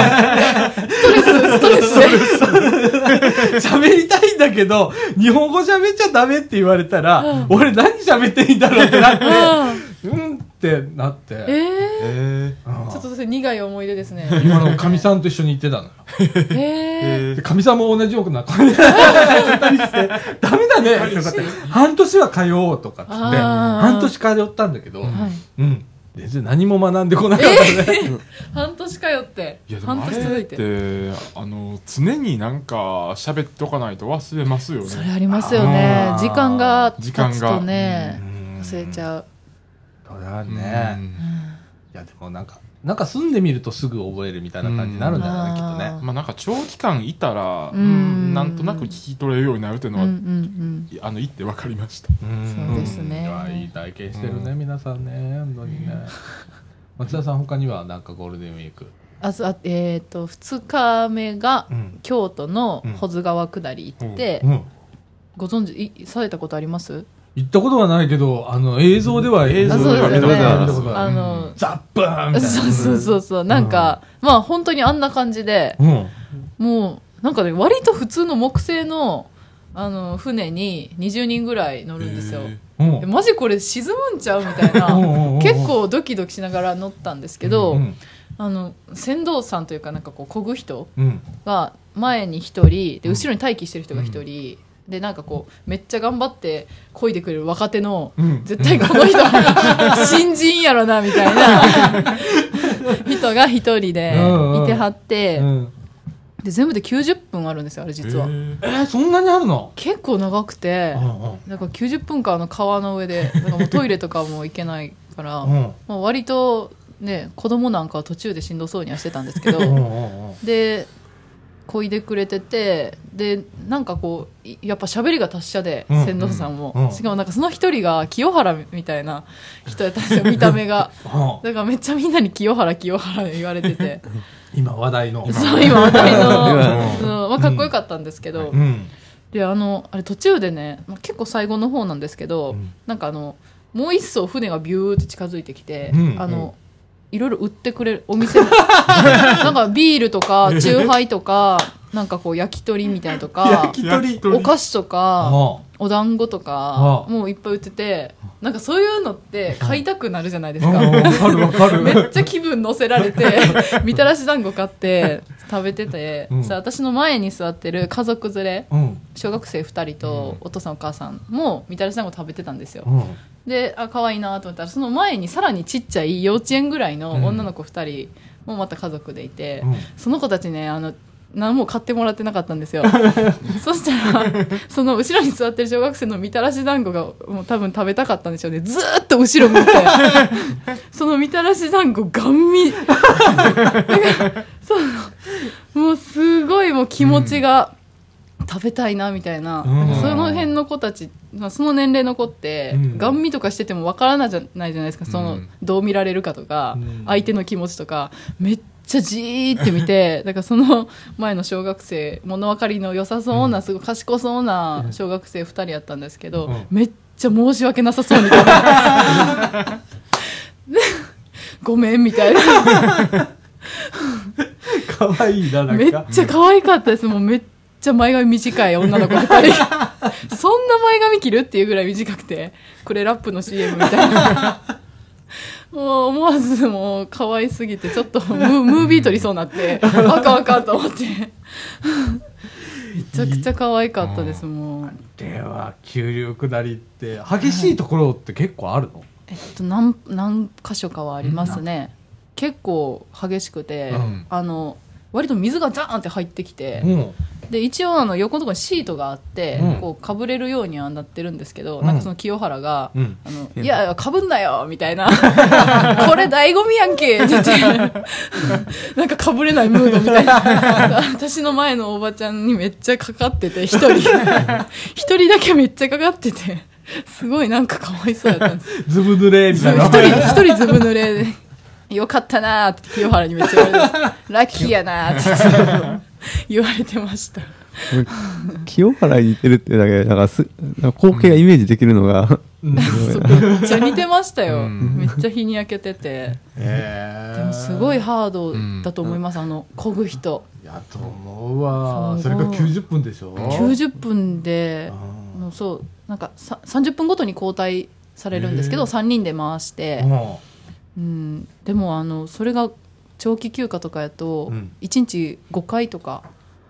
トレス喋りたいんだけど、日本語喋っちゃダメって言われたら、俺何喋っていいんだろうってなって、ってなって。 ちょっとそれ苦い思い出ですね。 今のかみさんと一緒に行ってたのよ。かみさんも同じような感じでしたりして、ダメだねってって半年は通おうとかっつって、半年通ったんだけど、全然何も学んでこなかったね。 半年通って、 半年続いて。常になんか喋っとかないと忘れますよね。 それありますよね。時間が経つとね、忘れちゃう。 それはね。いやでもなんか住んでみるとすぐ覚えるみたいな感じになるんだよね、きっとね。 まあなんか長期間いたらなんとなく聞き取れるようになるっていうのは行って分かりました。 そうですね。 いい体験してるね、皆さんね、本当にね。松田さん他にはなんかゴールデンウィーク。 2日目が京都の保津川下り行って、ご存知されたことあります？ 行ったことはないけど、映像では見たことある。ザップーンみたいな。 そう。なんか、まあ本当にあんな感じで、もう、なんかね、割と普通の木製の、船に20人ぐらい乗るんですよ。マジこれ沈むんちゃうみたいな、結構ドキドキしながら乗ったんですけど、船頭さんというかなんかこう、漕ぐ人が前に1人、で、後ろに待機してる人が1人、でなんかこうめっちゃ頑張って漕いでくれる若手の、絶対この人新人やろなみたいな人が一人でいてはって、で全部で90分あるんですよ、あれ実は。 そんなにあるの？ 結構長くて、だから90分間川の上で、なんかもうトイレとかも行けないから、まあ割とね、子供なんかは途中でしんどそうにはしてたんですけど、で漕いでくれてて、でなんかこうやっぱ喋りが達者で、船頭さんも、しかもなんかその一人が清原みたいな人やったんですよ、見た目が。だからめっちゃみんなに清原言われてて今話題の今話題のまあ、かっこよかったんですけど、であれ途中でね、結構最後の方なんですけど、なんかもう一層船がビューって近づいてきて、いろいろ売ってくれるお店もなんかビールとかチューハイとかなんかこう焼き鳥みたいなとかお菓子とかお団子とかもういっぱい売ってて、なんかそういうのって買いたくなるじゃないですか。 わかるめっちゃ気分乗せられてみたらし団子買って食べてて、さ私の前に座ってる家族連れ、小学生2人とお父さんお母さんもみたらし団子食べてたんですよ。で可愛いなと思ったら、その前にさらにちっちゃい幼稚園ぐらいの女の子2人もまた家族でいて、その子たちね何も買ってもらってなかったんですよそしたらその後ろに座ってる小学生のみたらし団子がもう多分食べたかったんでしょうね。ずーっと後ろ向いてそのみたらし団子ガン見もうすごいもう気持ちが、食べたいなみたいな、その辺の子たち、その年齢の子って、ガン見とかしててもわからないじゃないですか、そのどう見られるかとか、相手の気持ちとかめっちゃじーって見て、だからその前の小学生、物分かりの良さそうな、すごい賢そうな小学生2人やったんですけど、めっちゃ申し訳なさそうにごめんみたいな。 かわいいな、なんか。 めっちゃ可愛かったです。もうめっちゃ前髪短い女の子2人。そんな前髪切るっていうぐらい短くて、クレラップの CM みたいな。もう思わずもう可愛すぎてちょっとムービー撮りそうになってあかんあかんと思ってめちゃくちゃ可愛かったです。もうでは急流下りって激しいところって結構あるの？ 何箇所かはありますね。結構激しくて、割と水がザーンって入ってきて、で一応横のところにシートがあって、こうかぶれるようにはなってるんですけど、なんかその清原が、いやかぶんなよみたいなこれ醍醐味やんけって言ってなんかかぶれないムードみたいな私の前のおばちゃんにめっちゃかかってて一人だけめっちゃかかっててすごいなんかかわいそうやったんですずぶ濡れみたいな一人ずぶ濡れでよかったなーって清原にめっちゃ言われてラッキーやなーって言われてました。 清原に似てるっていうだけでなんか光景がイメージできるのが、 めっちゃ似てましたよ。めっちゃ日に焼けてて、でもすごいハードだと思います。漕ぐ人やと思うわ。それが90分でしょ。 90分でそうなんか30分ごとに交代されるんですけど、3人で回して、でもそれが長期休暇とかやと1日5回とか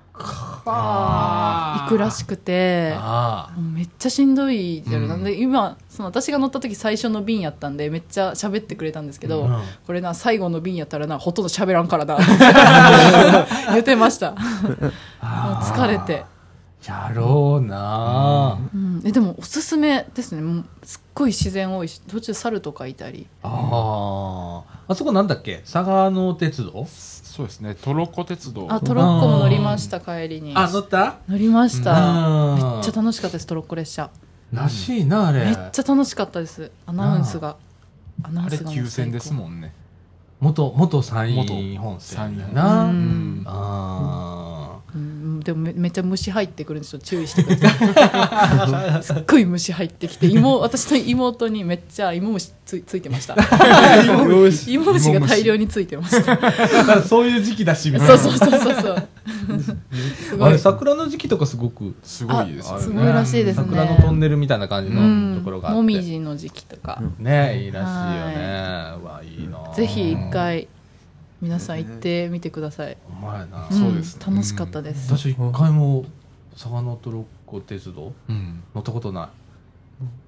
行くらしくて、めっちゃしんどいじゃん。なんで今私が乗った時最初の便やったんでめっちゃ喋ってくれたんですけど、これな最後の便やったらなほとんど喋らんからな言ってました。もう疲れてやろうな、 でもおすすめですね。もうすっごい自然多いし、途中猿とかいたり。 あそこなんだっけ、佐賀の鉄道？ そうですね、トロッコ鉄道。 トロッコも乗りました。帰りに乗った乗りました。めっちゃ楽しかったです。トロッコ列車らしいな。あれめっちゃ楽しかったです。アナウンスがあれ急線ですもんね。 元山陰本線やな。 でもめっちゃ虫入ってくるんですよ。注意してください。すっごい虫入ってきて、私の妹にめっちゃ芋虫ついてました。芋虫が大量についてました。 そういう時期だしみたいな。 そうあれ桜の時期とかすごいですよね。すごいらしいですね。 桜のトンネルみたいな感じのところがあって、 もみじの時期とかね、いいらしいよね。わ、いいな。 ぜひ一回皆さん行ってみてください。 お前な、 そうです。 楽しかったです。 私一回も佐賀のトロッコ鉄道乗ったことない。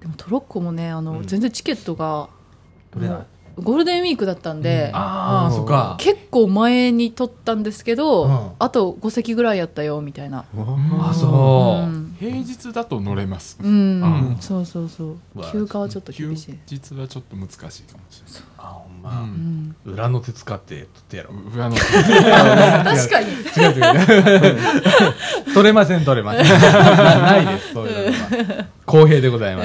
でもトロッコもね、全然チケットが取れない。 ゴールデンウィークだったんで、 そっか。 結構前に取ったんですけど、あと5席ぐらいやったよみたいな。 そう。 平日だと乗れます。 そう休暇はちょっと厳しい。 休日はちょっと難しいかもしれない。 ほんま。裏の手使って取ってやろう。 裏の手。 確かに。 違う。取れません。ないです。そういうのは公平でございます。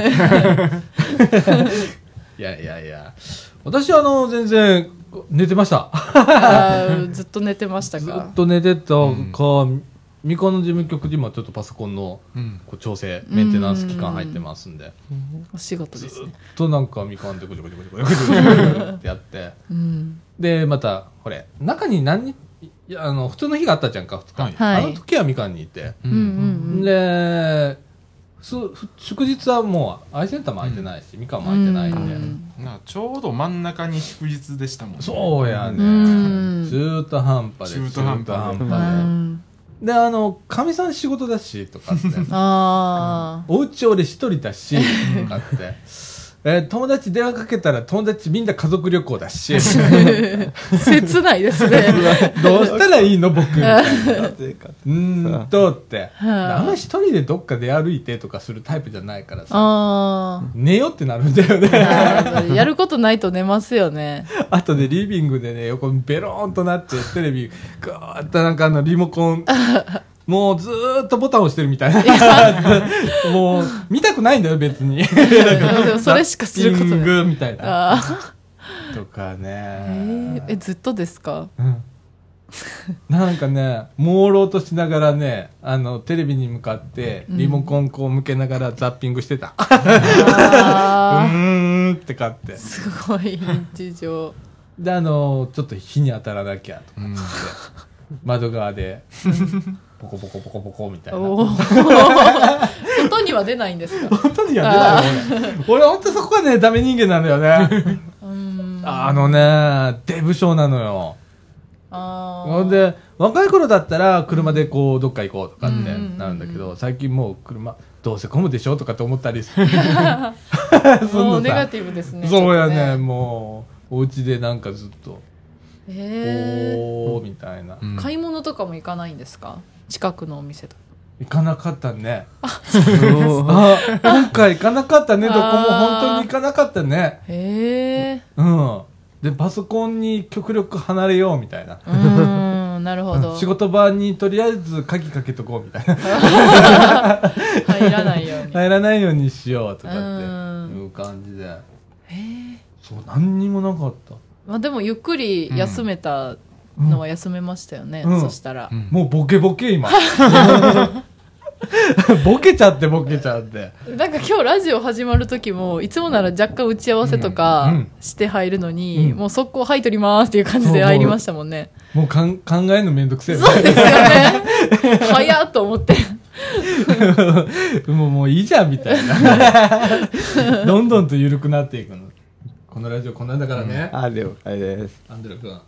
いや。私全然寝てました。 ずっと寝てましたか？ ずっと寝てたか、みかんの事務局にもちょっとパソコンの調整、メンテナンス期間入ってますんで、 お仕事ですね。 ずっとなんかみかんでゴチゴチってやって、でまたこれ中に普通の日があったじゃんか、2日。あの時はみかんにいて、で祝日はもうアイセンターも空いてないし、みかんも空いてないんで、 ちょうど真ん中に祝日でしたもんね。 そうやね。中途半端で中途半端でかみさん仕事だしとかってお家俺一人だしとかって友達電話かけたら友達みんな家族旅行だし切ないですね。 どうしたらいいの僕みたいなってあんま一人でどっか出歩いてとかするタイプじゃないからさ、寝よってなるんだよね。 やることないと寝ますよね。 あとでリビングでね、横にベローンとなってテレビガーッとなんかリモコンもうずーっとボタン押してるみたいな。もう見たくないんだよ別に。 でもそれしかすることないみたいなとかね。 ずっとですか？ なんかね、朦朧としながらね、テレビに向かって、リモコンこう向けながらザッピングしてた。って買って。 すごい日常。 で、ちょっと火に当たらなきゃとかって、窓側で、ポコポコポコポコみたいな。 外には出ないんですか？ 外には出ないよね。俺、ほんとそこはね、ダメ人間なんだよね。デブ症なのよ。ほんで、若い頃だったら、車でこう、どっか行こうとかってなるんだけど、最近もう車、どうせ混むでしょとかって思ったりする。 もうネガティブですね。 そうやね、もう、お家でなんかずっと、おー、みたいな。 買い物とかも行かないんですか？近くのお店とか。 行かなかったね。今回行かなかったね。どこも本当に行かなかったね。で、パソコンに極力離れようみたいな。 なるほど。 仕事場にとりあえず鍵かけとこうみたいな。 入らないように。 入らないようにしようとかっていう感じで。そう、何にもなかった。 まあでもゆっくり休めたのは休めましたよね。そしたら。 もうボケボケ今。ボケちゃって。なんか今日ラジオ始まる時もいつもなら若干打ち合わせとかして入るのに、もう速攻はい取りますっていう感じで入りましたもんね。 もう考えるのめんどくせえ。 そうですよね。早っと思って。 もういいじゃんみたいな。どんどんと緩くなっていくの。このラジオこんなんだからね。 了解です。 アンドレ君。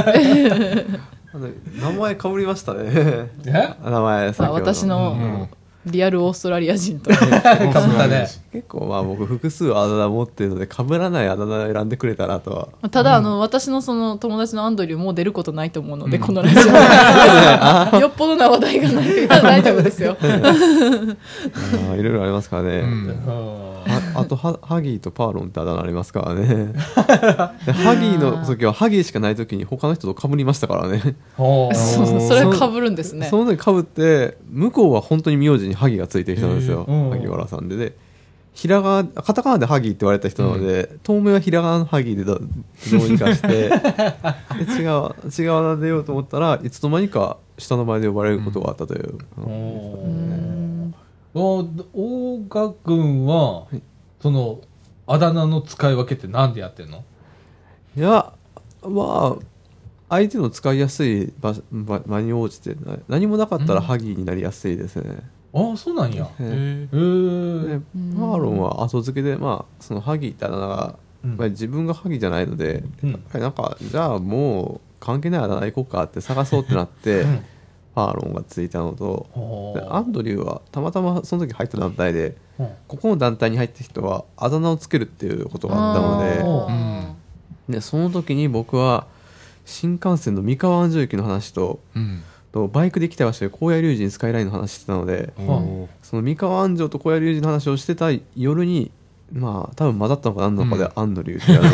名前かぶりましたね。名前私のリアルオーストラリア人と。 かぶったね。 結構まあ僕複数あだ名持ってるので、かぶらないあだ名選んでくれたらとは。 ただ私のその友達のアンドリューもう出ることないと思うので、このラジオ。よっぽどな話題がないから大丈夫ですよ。 いろいろありますからね。あとハギーとパーロンってあだ名ありますからね。ハギーの時はハギーしかない時に他の人と被りましたからね。 それ被るんですね。 その時被って向こうは本当に名字にハギーがついてる人なんですよ。萩原さんでカタカナでハギーって言われた人なので、当面はひらがなのハギーでどうにかして違うあだ名でようと思ったらいつの間にか下の前で呼ばれることがあったという。 大賀君は、そのあだ名の使い分けってなんでやってんの？ いや、まあ相手の使いやすい場に応じて何もなかったらハギーになりやすいですね。 そうなんや。 パーロンは後付けで、まあそのハギーってあだ名が、自分がハギーじゃないので、なんかじゃあもう関係ないあだ名行こうかって探そうってなって。パーロンがついたのと、アンドリューはたまたまその時入った団体で、ここの団体に入った人はあだ名をつけるっていうことがあったので、その時に僕は新幹線の三河安城駅の話と、バイクで来た場所で高野龍神スカイラインの話してたので、その三河安城と高野龍神の話をしてた夜に、まあ多分混ざったのか何なのかでアンドリューってやる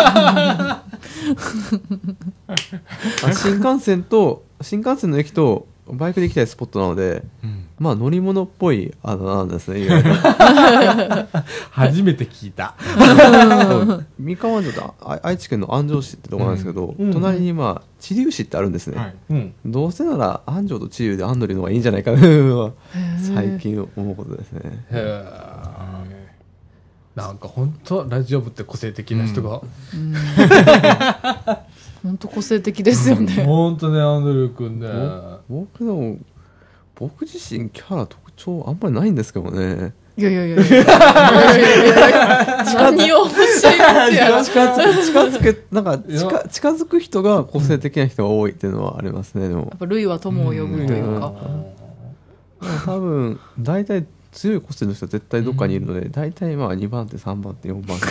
新幹線の駅とバイクで行きたいスポットなので、まあ乗り物っぽいあだ名なんですね。 初めて聞いた。 三河安城って愛知県の安城市ってとこなんですけど、隣にまあ知立市ってあるんですね。どうせなら安城と知立でアンドリューの方がいいんじゃないかなと最近思うことですね。 なんか本当ラジオ部って個性的な人が、 本当個性的ですよね。 本当ね、アンドリュー君ね。 僕自身キャラ特徴あんまりないんですけどね。 いや何をおっしゃいますや近づく人が個性的な人が多いっていうのはありますね。でもやっぱ類は友を呼ぶというか、 多分大体強い個性の人は絶対どっかにいるので、大体まあ2番手3番手4番手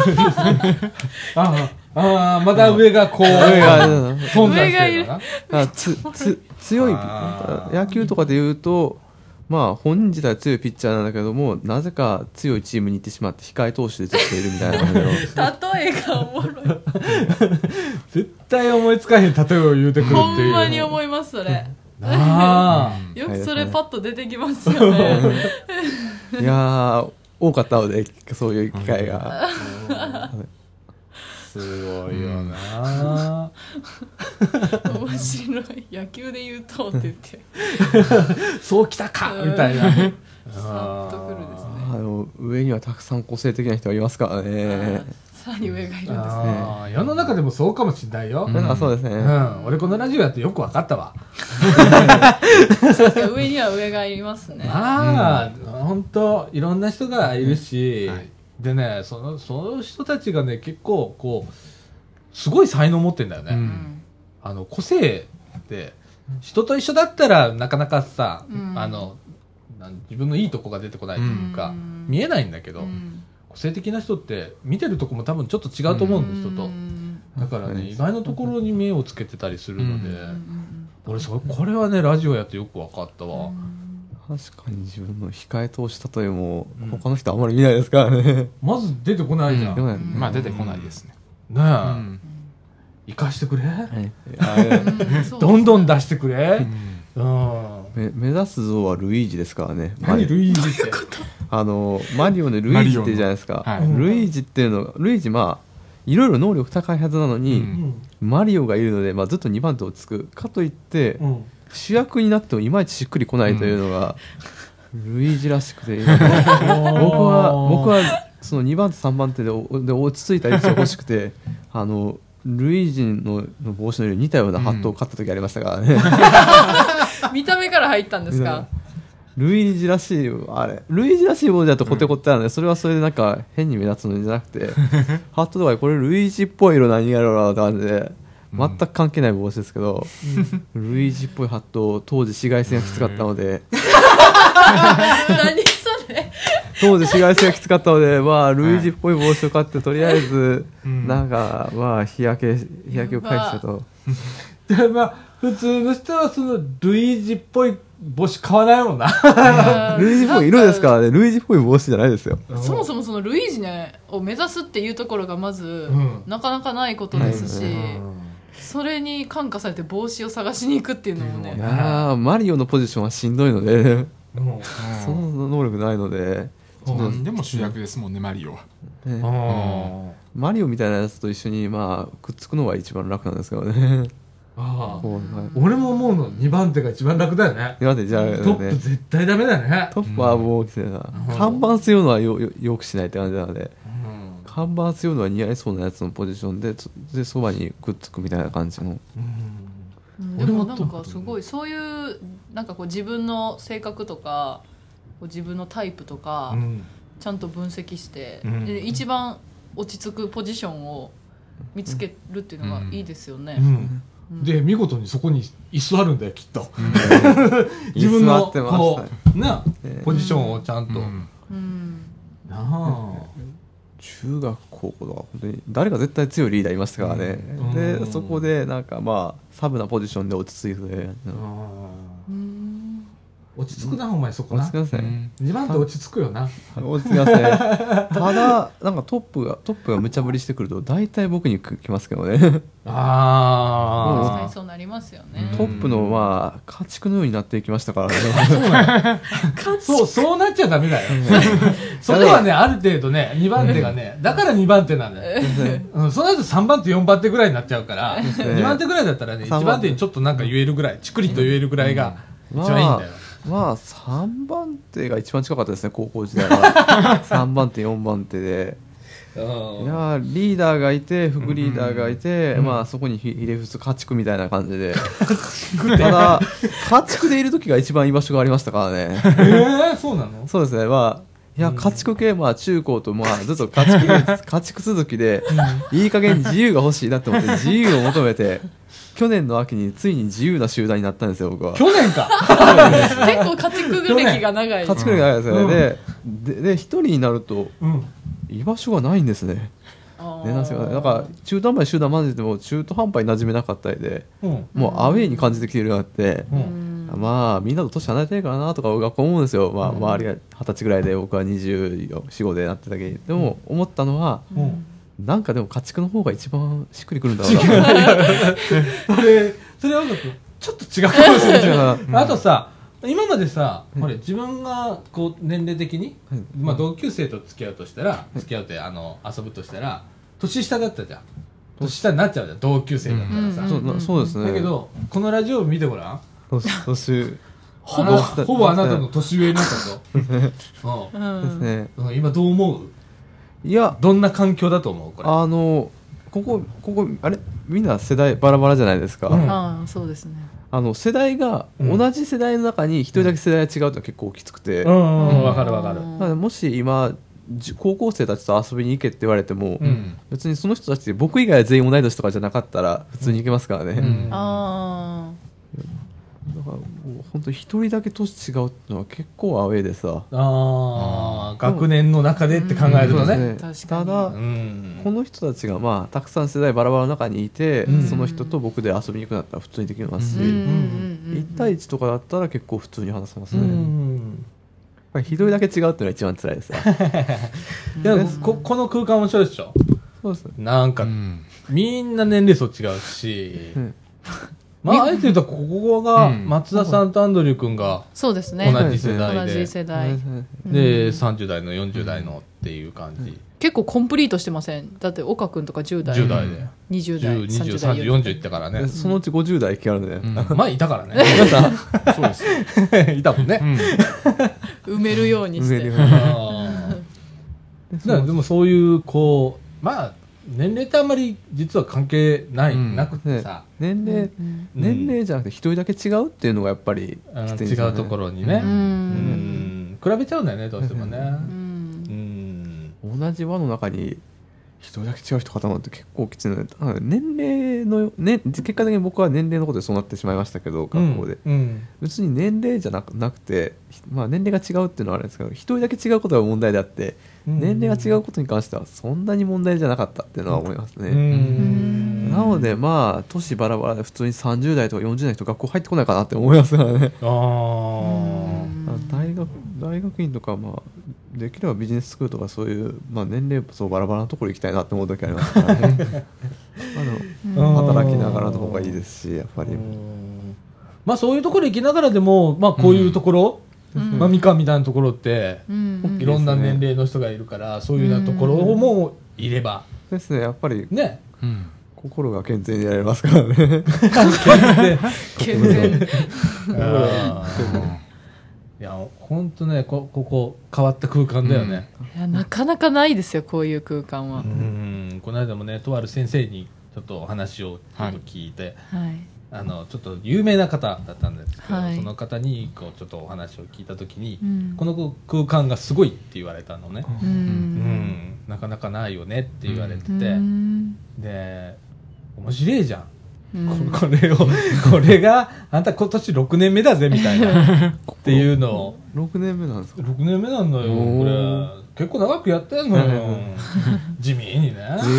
まだ上がこう上がいる強い野球とかでいうと、まあ本人自体は強いピッチャーなんだけども、なぜか強いチームに行ってしまって控え投手でずっといるみたいな例えがおもろい。 絶対思いつかへん例えを言うてくるっていう。 ほんまに思いますそれ。よくそれパッと出てきますよね。 いや多かったのでそういう機会が。 すごいよな。 面白い。野球で言うとって言ってそうきたかみたいな。 さっとくるですね。 上にはたくさん個性的な人がいますからね。 さらに上がいるんですね。 世の中でもそうかもしれないよ。 そうですね。 俺このラジオやってよく分かったわ。 上には上がいますね。 本当いろんな人がいるし、でね、その人たちがね、結構こうすごい才能を持ってんだよね。個性って人と一緒だったらなかなかさ、自分のいいとこが出てこないというか、見えないんだけど、個性的な人って見てるとこも多分ちょっと違うと思うんです、人と。だからね、意外なところに目をつけてたりするので、俺これはね、ラジオやってよく分かったわ。 確かに自分の控え投手例えも他の人あんまり見ないですからね。 まず出てこないじゃん。 まあ出てこないですね。 ねえ、生かしてくれ、どんどん出してくれ。 目指す像はルイージですからね。 何ルイージってマリオのルイージっていうじゃないですか。ルイージっていうのが、ルイージいろいろ能力高いはずなのに、マリオがいるので、ずっと2番手をつくかといって、主役になってもいまいちしっくりこないというのが、ルイージらしくて、僕はその2番手3番手で落ち着いた位置が欲しくて、ルイージの帽子の色に似たようなハットを買った時ありましたからね。 見た目から入ったんですか？ ルイージらしい帽子だとコテコテなので、それはそれでなんか変に目立つのじゃなくて、ハットとかこれルイージっぽい色何やろうなって感じで、全く関係ない帽子ですけど、ルイージっぽいハットを当時紫外線がきつかったので、 何それ？ 当時紫外線がきつかったので、ルイージっぽい帽子を買って、とりあえずなんか日焼けを返したと。 普通の人はそのルイージっぽい帽子買わないもんな。 ルイージっぽい色ですからね。ルイージっぽい帽子じゃないですよ。 そもそもそのルイージを目指すっていうところがまずなかなかないことですし、それに感化されて帽子を探しに行くっていうのもね。 マリオのポジションはしんどいので、その能力ないので。 何でも主役ですもんね、マリオは。 マリオみたいなやつと一緒にくっつくのが一番楽なんですけどね。 俺も思うの2番手が一番楽だよね。 2番手じゃあ、 トップ絶対ダメだね。 トップはもう看板背負うのはよくしないって感じなので、看板背負うのは似合いそうなやつのポジションでそばにくっつくみたいな感じの。 でもなんかすごいそういうなんかこう自分の性格とか自分のタイプとかちゃんと分析して、で一番落ち着くポジションを見つけるっていうのがいいですよね。 で見事にそこに居座るんだよ、きっと。自分のこうポジションをちゃんと。 中学高校は本当に誰か絶対強いリーダーいましたからね。でそこでなんかサブなポジションで落ち着いて。 落ち着くな、お前そこな。 落ち着きますね。 2番手落ち着くよな。 落ち着きますね。ただなんかトップが無茶ぶりしてくると大体僕に来ますけどね。 確かにそうなりますよね。 トップの家畜のようになっていきましたからね。 そうなっちゃダメだよ。そこはね、ある程度ね、2番手がね、だから2番手なんだよ。そうなると3番手4番手ぐらいになっちゃうから、2番手ぐらいだったらね、1番手にちょっとなんか言えるぐらい、チクリと言えるぐらいが一番いいんだよ。 3番手が一番近かったですね、高校時代は。3番手4番手で、リーダーがいて副リーダーがいて、そこにひれ伏す家畜みたいな感じで、ただ家畜でいる時が一番居場所がありましたからね。 そうなの？ そうですね。家畜系中高とずっと家畜続きで、いい加減自由が欲しいなって思って自由を求めて、去年の秋についに自由な集団になったんですよ、僕は。 去年か。 結構家畜歴が長い。 家畜歴が長いですよね。で一人になると居場所がないんですね。なんか中途半端に集団混ぜても中途半端に馴染めなかったりで、もうアウェイに感じてきてるようになって、みんなと年離れてるからなとか僕は思うんですよ。周りが20歳ぐらいで僕は24、5でなってた時に。でも思ったのは、なんかでも家畜の方が一番しっくりくるんだろうな。 それはちょっと違うかもしれない。あとさ、今までさ、自分がこう年齢的に、同級生と付き合うとしたら、付き合うって遊ぶとしたら年下だったじゃん。 年下になっちゃうじゃん、同級生だったらさ。 そうですね。 だけど、このラジオを見てごらん。ほぼあなたの年上になったぞ。 ですね。 今どう思う？いや、どんな環境だと思う？これ。 ここ、あれみんな世代バラバラじゃないですか。 ああ、そうですね。 世代が、同じ世代の中に一人だけ世代が違うと結構きつくて。 わかるわかる。 なのでもし今、高校生たちと遊びに行けって言われても、別にその人たちで僕以外は全員同い年とかじゃなかったら普通に行けますからね。 ああ。 だからもう本当一人だけ年違うってのは結構アウェーでさ。 学年の中でって考えるとね。 ただ、この人たちがまあたくさん世代バラバラの中にいて、その人と僕で遊びに行くんだったら普通にできますし、1対1とかだったら結構普通に話せますね。一人だけ違うっていうのが一番辛いです。 この空間面白いでしょ。 そうです。 なんか、みんな年齢層違うし、まあ、あえて言うと、ここが、松田さんとアンドリュー君が、 そうですね。 同じ世代で。 同じ世代。 で、30代の40代のっていう感じ。 結構コンプリートしてません？だって、岡君とか10代。 10代で。 20代、 30代、40いったからね。 そのうち50代決まるね。 まあ、いたからね。 そうです。 いたもんね。 埋めるようにして。でもそういう、こう、まあ、年齢ってあんまり実は関係なくてさ、 年齢じゃなくて一人だけ違うっていうのがやっぱり違うところにね、比べちゃうんだよね、どうしてもね。 同じ輪の中に一人だけ違う人固まって結構きついので、年齢の、結果的に僕は年齢のことでそうなってしまいましたけど、学校で、別に年齢じゃなくて、まあ、年齢が違うっていうのはあるんですけど、一人だけ違うことが問題であって、年齢が違うことに関してはそんなに問題じゃなかったっていうのは思いますね。なのでまあ年バラバラで普通に30代とか40代の人学校入ってこないかなって思いますからね。大学院とか、まあ、できればビジネススクールとかそういう、まあ、年齢層バラバラなところ行きたいなって思う時ありますからね。働きながらの方がいいですし、やっぱりまあそういうところ行きながらでも、まあ、こういうところ、まあ、みかんみたいなところって、いろんな年齢の人がいるから、そういうようなところもいればですね、やっぱりね、 心が健全にやられますからね。 健全。 いや本当ね、ここ変わった空間だよね。 いやなかなかないですよ、こういう空間は。 この間もね、とある先生にちょっとお話をちょっと聞いて、ちょっと有名な方だったんですけど、その方にこうちょっとお話を聞いたときに、この空間がすごいって言われたのね。なかなかないよねって言われてて、で面白いじゃん。これがあんた今年6年目だぜみたいなっていうのを。 6年目なんですか ？6年目なんだよ、これ結構長くやってんのよ。地味にね。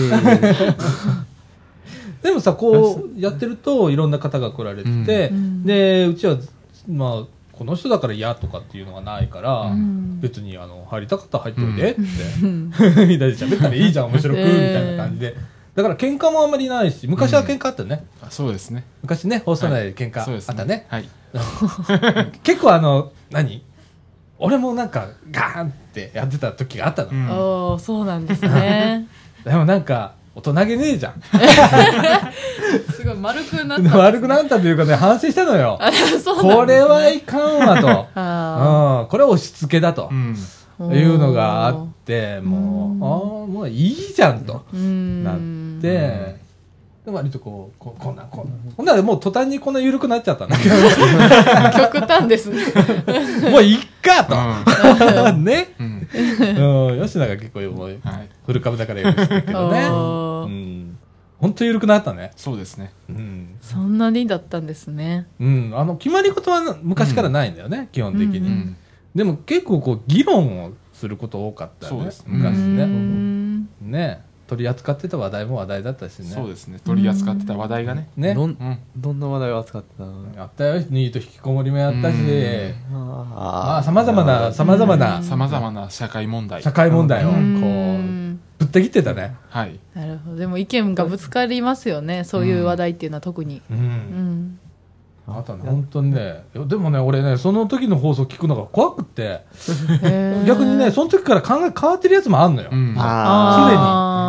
でもさ、こうやってるといろんな方が来られてて、でうちはまあこの人だから嫌とかっていうのがないから、別に入りたかったら入っておいでってみんなで喋ったらいいじゃん面白くみたいな感じで。だから喧嘩もあんまりないし、昔は喧嘩あったね。 そうですね。 昔ね、放送内で喧嘩あったね。 はい。 結構俺もなんかガーンってやってた時があったの。 おー、そうなんですね。 でもなんか大人げねえじゃん。 すごい丸くなった。 丸くなったというかね、反省したのよ。これはいかんわと。これは押し付けだと。いうのがあって、もういいじゃんとなって、で割とこんなもう途端にこんな緩くなっちゃったんだけど。 極端ですね。 もういっかと。ね。吉永結構もうフル株だからよろしいけどね。本当に緩くなったね。 そうですね。 そんなにだったんですね。 決まり事は昔からないんだよね、基本的に。でも結構こう議論をすること多かったよね、昔ね。ね、取り扱ってた話題も話題だったしね。 そうですね、取り扱ってた話題がね。 どんな話題を扱ってたの？ あったよ、ニート引きこもりもやったし、まあ様々な社会問題をこうぶった切ってたね。 はい。 なるほど。でも意見がぶつかりますよね、そういう話題っていうのは特に。 あとね、本当にね、でもね、俺ね、その時の放送聞くのが怖くって、逆にね、その時から考え変わってるやつもあんのよ。すでに。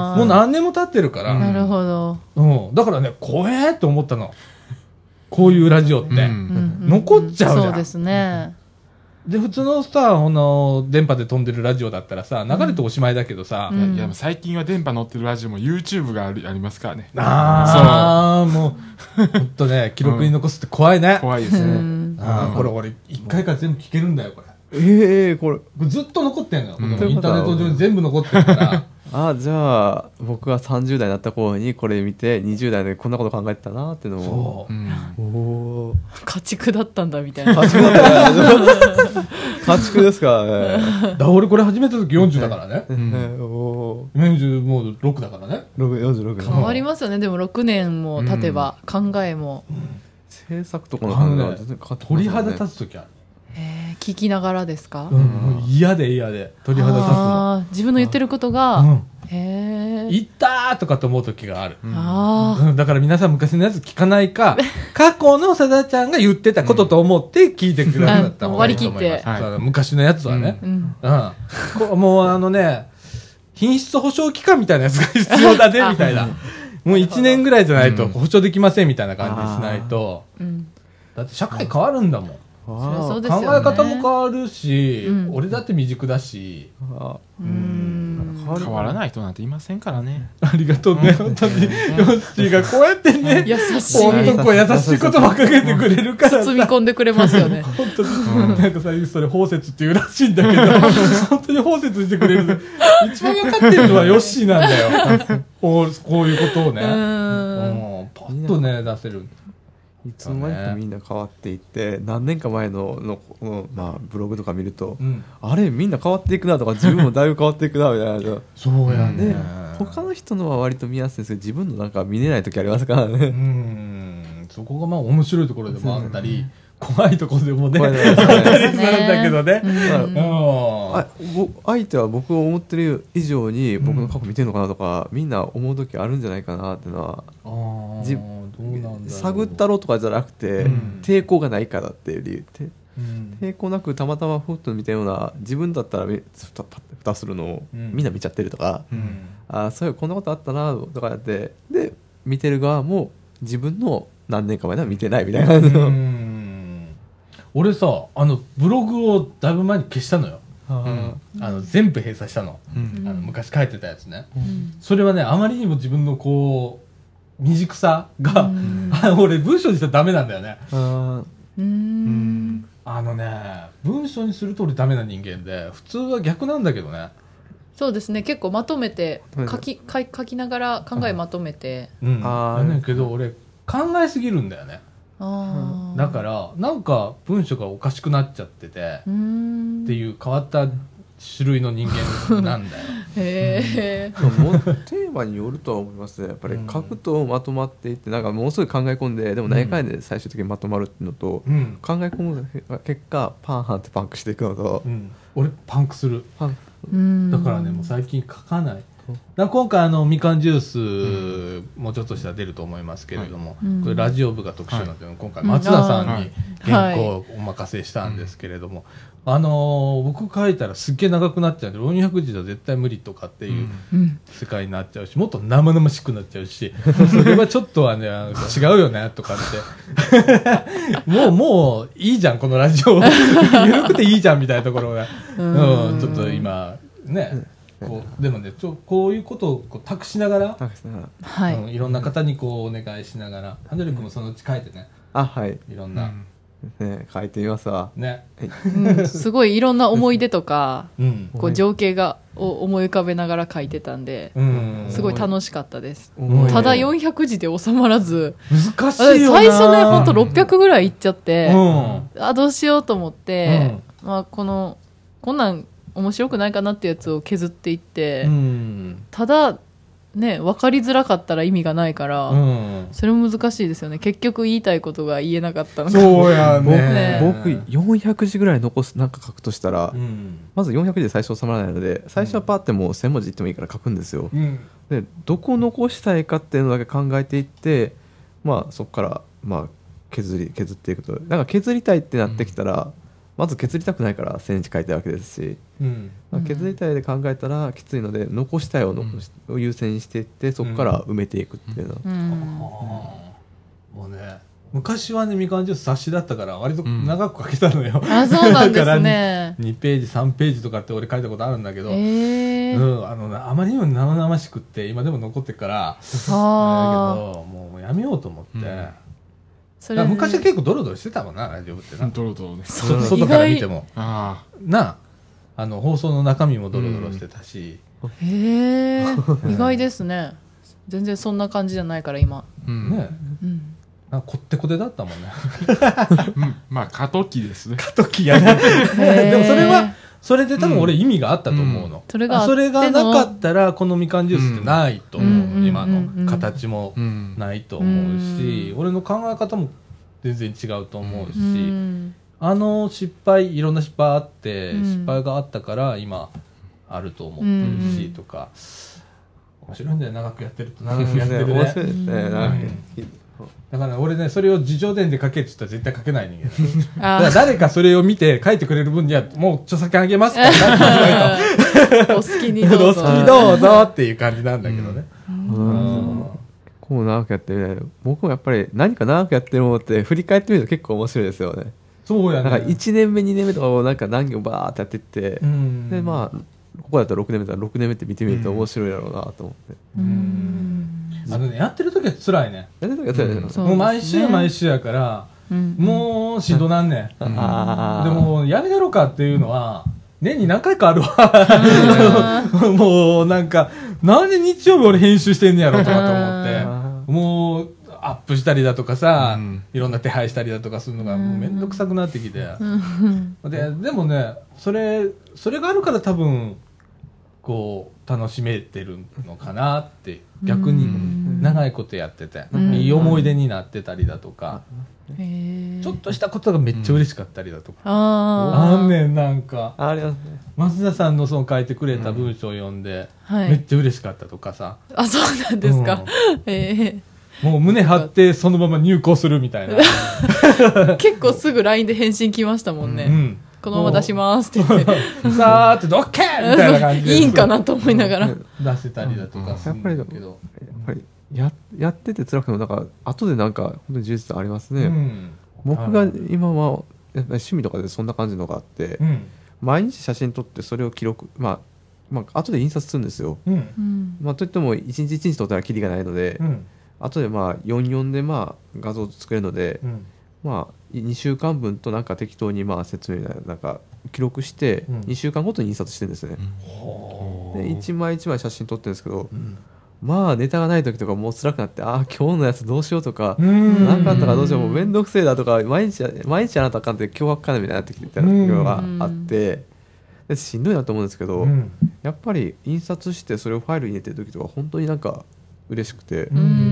もう何年も経ってるから。 なるほど。 だからね、怖えと思ったの。こういうラジオって。残っちゃうじゃん。 そうですね。 で、普通のさ、電波で飛んでるラジオだったらさ、流れておしまいだけどさ。 いや、最近は電波乗ってるラジオも YouTube がありますからね。 もう、ほんとね、記録に残すって怖いね。 怖いですね。 これ俺、1回から全部聞けるんだよ、これ。 これずっと残ってんのよ。インターネット上に全部残ってるから。 じゃあ僕が30代になった頃にこれ見て20代でこんなこと考えてたなっていうのも家畜だったんだみたいな。 家畜ですか。 俺これ始めた時40だからね。40もう6だからね。 46 変わりますよね。でも6年も経てば考えも制作とかの考えは全然変わってますね。 鳥肌立つ時ある。 聞きながらですか？ 嫌で鳥肌立つの。 自分の言ってることが言ったーとかと思う時がある。だから皆さん昔のやつ聞かないか、過去のさだちゃんが言ってたことと思って聞いてくださった方がいいと思います。昔のやつはね。もう品質保証期間みたいなやつが必要だねみたいな。もう1年ぐらいじゃないと保証できませんみたいな感じにしないと。だって社会変わるんだもん。考え方も変わるし、俺だって未熟だし、 変わらない人なんていませんからね。 ありがとうね、本当に。ヨッシーがこうやってね、 優しい。 本当優しい言葉かけてくれるから。 包み込んでくれますよね。 本当に。なんかさ、それ包摂っていうらしいんだけど、本当に包摂してくれる。一番分かってるのはヨッシーなんだよ。こういうことをね。パッとね、出せる。 いつの間にかみんな変わっていって何年か前のブログとか見ると、あれみんな変わっていくなとか自分もだいぶ変わっていくなみたいな。 そうやね。 他の人のは割と見やすいんですけど自分のなんか見れない時ありますからね。 そこが面白いところでもあったり怖いところでもねあったりするんだけどね。 相手は僕を思ってる以上に僕の過去見てるのかなとかみんな思う時あるんじゃないかなっていうのは探ったろうとかじゃなくて抵抗がないからっていう理由で抵抗なくたまたまふっと見たような自分だったら蓋するのをみんな見ちゃってるとかそういうこんなことあったなとかやってで見てる側も自分の何年か前は見てないみたいな。 俺さブログをだいぶ前に消したのよ。全部閉鎖したの。昔書いてたやつね。それはねあまりにも自分のこう未熟さが俺文章にしたらダメなんだよね。文章にすると俺ダメな人間で普通は逆なんだけどね。 そうですね。結構まとめて書きながら考えまとめて。 だけど俺考えすぎるんだよね。だからなんか文章がおかしくなっちゃっててっていう変わった種類の人間なんだよ。 テーマによるとは思いますね。やっぱり書くとまとまっていってなんかものすごい考え込んででも何回で最終的にまとまるっていうのと、考え込む結果パンってパンクしていくのと、 俺パンクする。だからねもう最近書かない。今回みかんジュースもうちょっとしたら出ると思いますけれども、これラジオ部が特集なんで、今回松田さんに原稿をお任せしたんですけれども、僕書いたらすっげえ長くなっちゃうんで老若字じゃ絶対無理とかっていう世界になっちゃうし、もっと生々しくなっちゃうしそれはちょっとはね違うよねとかってもういいじゃんこのラジオ緩くていいじゃんみたいなところがちょっと今ねでもねこういうことを託しながら、いろんな方にお願いしながらハンドリックもそのうち書いてね、いろんな、 書いてみますわね、 すごいいろんな思い出とか、情景を思い浮かべながら書いてたんで、すごい楽しかったです。ただ400字で収まらず難しいよな。 最初ねほんと600ぐらいいっちゃって、どうしようと思って、こんなん面白くないかなってやつを削っていって、ただね分かりづらかったら意味がないから、それも難しいですよね。結局言いたいことが言えなかったので。 そうやね。 僕400字ぐらい残すなんか書くとしたら、まず400字で最初収まらないので最初はパッてもう1000文字いってもいいから書くんですよ。でどこを残したいかっていうのだけ考えていって、そこから削っていくとなんか削りたいってなってきたら、 まず削りたくないから1000日書いてるわけですし、削りたいで考えたらきついので残したいを優先にしていってそこから埋めていくっていうのは、 もうね昔はねみかんジュース冊子だったから割と長く書けたのよ、 あ、そうなんですね 2ページ3ページとかって俺書いたことあるんだけど、あまりにも生々しくって今でも残ってるからだけどもうやめようと思って、昔は結構ドロドロしてたもんなラジオ部ってな。 ドロドロね。 外から見てもな放送の中身もドロドロしてたし、 へえ意外ですね。全然そんな感じじゃないから今ねこってこてだったもんねまあ過渡期ですね。 過渡期やねでもそれで多分俺意味があったと思うの、それがなかったらこのみかんジュースってないと思う、今の形もないと思うし、俺の考え方も全然違うと思うし、失敗いろんな失敗あって、失敗があったから今あると思ってるし、とか面白いんだよ長くやってると長くやってるね面白いですね、だから俺ねそれを自叙伝で書けって言ったら絶対書けない人間だから誰かそれを見て書いてくれる分にはもう著作権あげますからお好きにどうぞお好きどうぞっていう感じなんだけどね、 こう長くやってるね。僕もやっぱり何か長くやってるものって振り返ってみると結構面白いですよね。 そうやね。 なんか1年目2年目とかをなんか何行バーってやっていって、でまあここだと6年目だったら6年目って見てみると面白いだろうなと思って。 やってる時は辛いね。 やってる時は辛いね。 もう毎週やから、もうしんどなんねん。でもやめやろうかっていうのは年に何回かあるわもうなんかなんで日曜日俺編集してんねやろとかと思ってもうアップしたりだとかさ、いろんな手配したりだとかするのがもうめんどくさくなってきて、でもねそれがあるから多分こう楽しめてるのかなって逆に長いことやってていい思い出になってたりだとか、ちょっとしたことがめっちゃ嬉しかったりだとか、あんねんなんか増田さんのその書いてくれた文章を読んでめっちゃ嬉しかったとかさ、 あ、そうなんですか、 もう胸張ってそのまま入稿するみたいな結構すぐ LINE で返信来ましたもんね、このまま出しますって言ってさーってドッケーみたいな感じでいいんかなと思いながら出せたりだとかするんだけど、 やっぱりやってて辛くてもなんか後でなんか本当に充実ありますね、僕が今はやっぱり趣味とかでそんな感じのがあって、毎日写真撮ってそれを記録まあ後で印刷するんですよ、といっても一日一日撮ったらキリがないので、後で44で画像作れるので、2週間分となんか適当に説明なんか記録して2週間ごとに印刷してるんですね、で一枚一枚写真撮ってるんですけど、ネタがない時とかもう辛くなって今日のやつどうしようとか何かあったからどうしようもうめんどくせえだとか毎日やらなとあかんって脅迫観念みたいになってきてたのがあってでしんどいなと思うんですけど、やっぱり印刷してそれをファイルに入れてる時とか本当になんか嬉しくて、で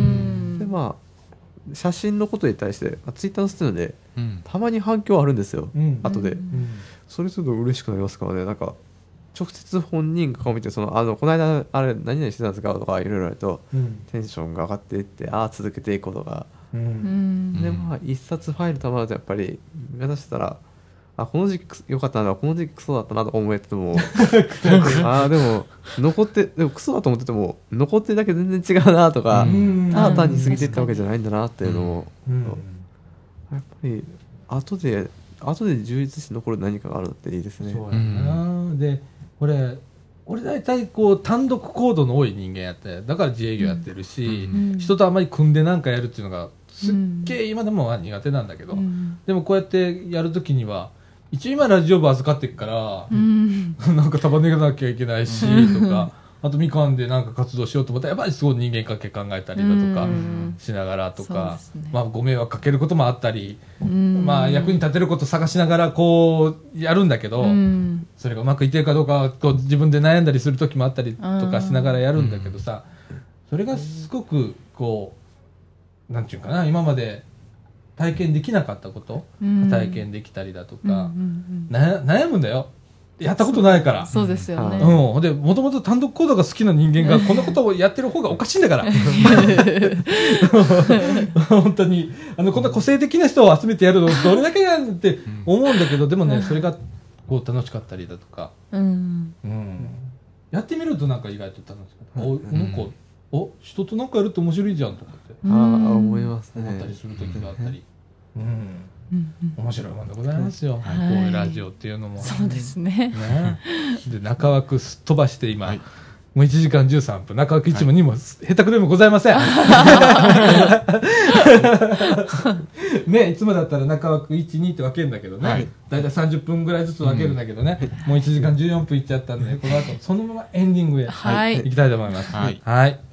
写真のことに対してツイッター載せてるので、たまに反響あるんですよ、後で、それすると嬉しくなりますからね。なんか直接本人が顔見てこの間あれ何々してたんですかとかいろいろあると、テンションが上がっていって続けていくことが、で一冊ファイルたまるとやっぱり目指したらこの時期良かったなこの時期クソだったなとか思えててもでも残ってでもクソだと思ってても残ってるだけ全然違うなとか、ただ単に過ぎていったわけじゃないんだなっていうのを、やっぱり後で充実して残る何かがあるのっていいですね。 そうやな、で俺大体単独行動の多い人間やってだから自営業やってるし、人とあんまり組んでなんかやるっていうのがすっげえ今でも苦手なんだけど、でもこうやってやるときには一応今ラジオ部預かってるから、なんか束ねなきゃいけないしとか、あとみかんでなんか活動しようと思ったらやっぱりすごい人間関係考えたりだとかしながらとか、ご迷惑かけることもあったり、役に立てること探しながらこうやるんだけど、それがうまくいってるかどうか自分で悩んだりする時もあったりとかしながらやるんだけどさ、それがすごくなんていうかな、今まで体験できなかったこと、体験できたりだとか、悩むんだよ。 やったことないから。 そうですよね。 うん。で、もともと単独行動が好きな人間がこんなことをやってる方がおかしいんだから。本当に。こんな個性的な人を集めてやるのどれだけなんて思うんだけど、でもね、それがこう楽しかったりだとか。うん。やってみるとなんか意外と楽しかった。なんか、人となんかやると面白いじゃんとかって。 思いますね。 思ったりする時があったり。うん。面白いもんでございますよ、こういうラジオっていうのも。 そうですね。 で中枠すっ飛ばして今、もう1時間13分、中枠1も2も下手くれもございません。ね、いつもだったら中枠1、2って分けるんだけどね、だいたい30分ぐらいずつ分けるんだけどね、もう1時間14分いっちゃったんで、この後そのままエンディングへ行きたいと思います。はい。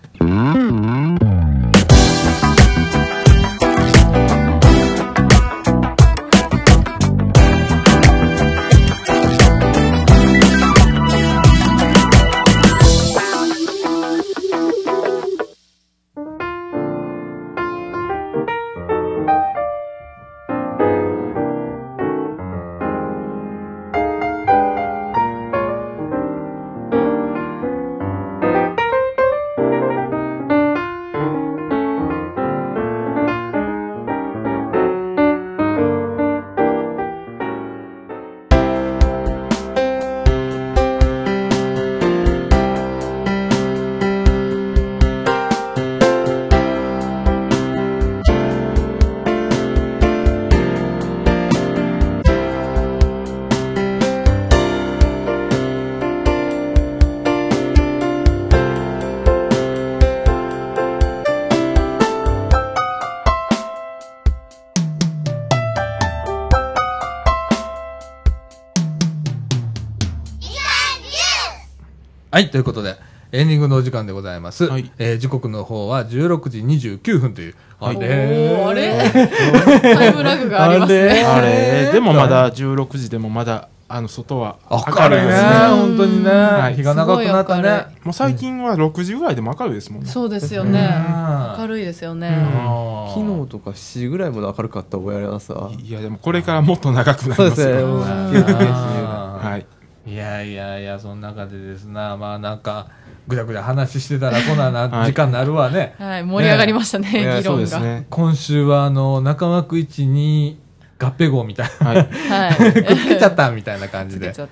はい、ということで、エンディングのお時間でございます。はい、時刻の方は16時29分という。 あれタイムラグがありますね。 あれでもまだ16時でもまだ、外は明るいですね。本当にね。日が長くなったね。 もう最近は6時ぐらいでも明るいですもんね。 そうですよね。明るいですよね。 昨日とか7時ぐらいまで明るかった覚えありますわ。 いや、でもこれからもっと長くなりますよ。 はい。いや、その中でですな、まあなんか、ぐだぐだ話してたら、こんな時間になるわね。 はい、盛り上がりましたね、議論が。 今週は、中枠1に合併号みたいな。くっつけちゃったみたいな感じで。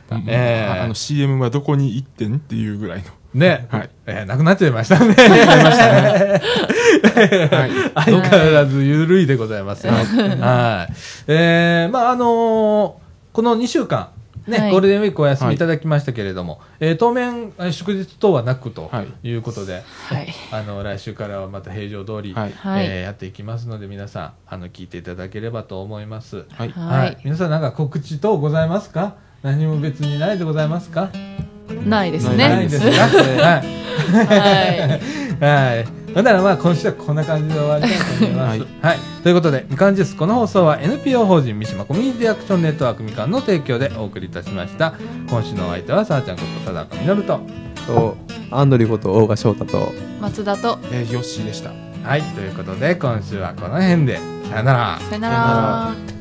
CM はどこに行ってんっていうぐらいの。 ね。なくなっちゃいましたね。なくなりましたね。相変わらず緩いでございますよ。はい。まあ、この2週間、ね、ゴールデンウィークお休みいただきましたけれども、当面祝日等はなくということで、来週からはまた平常通り、やっていきますので、皆さん聞いていただければと思います。皆さん何か告知等ございますか？何も別にないでございますか？ ないですね。 ないですか？はい。だからまあ今週はこんな感じで終わりたいと思います。はい。ということで、みかんジュース、この放送は NPO 法人三島コミュニティアクションネットワークみかんの提供でお送りいたしました。今週のお相手はさあちゃんこと佐高みのると、 アンドリこと大賀翔太と松田とヨッシーでした。 はい。ということで、今週はこの辺で、さよなら。 さよなら。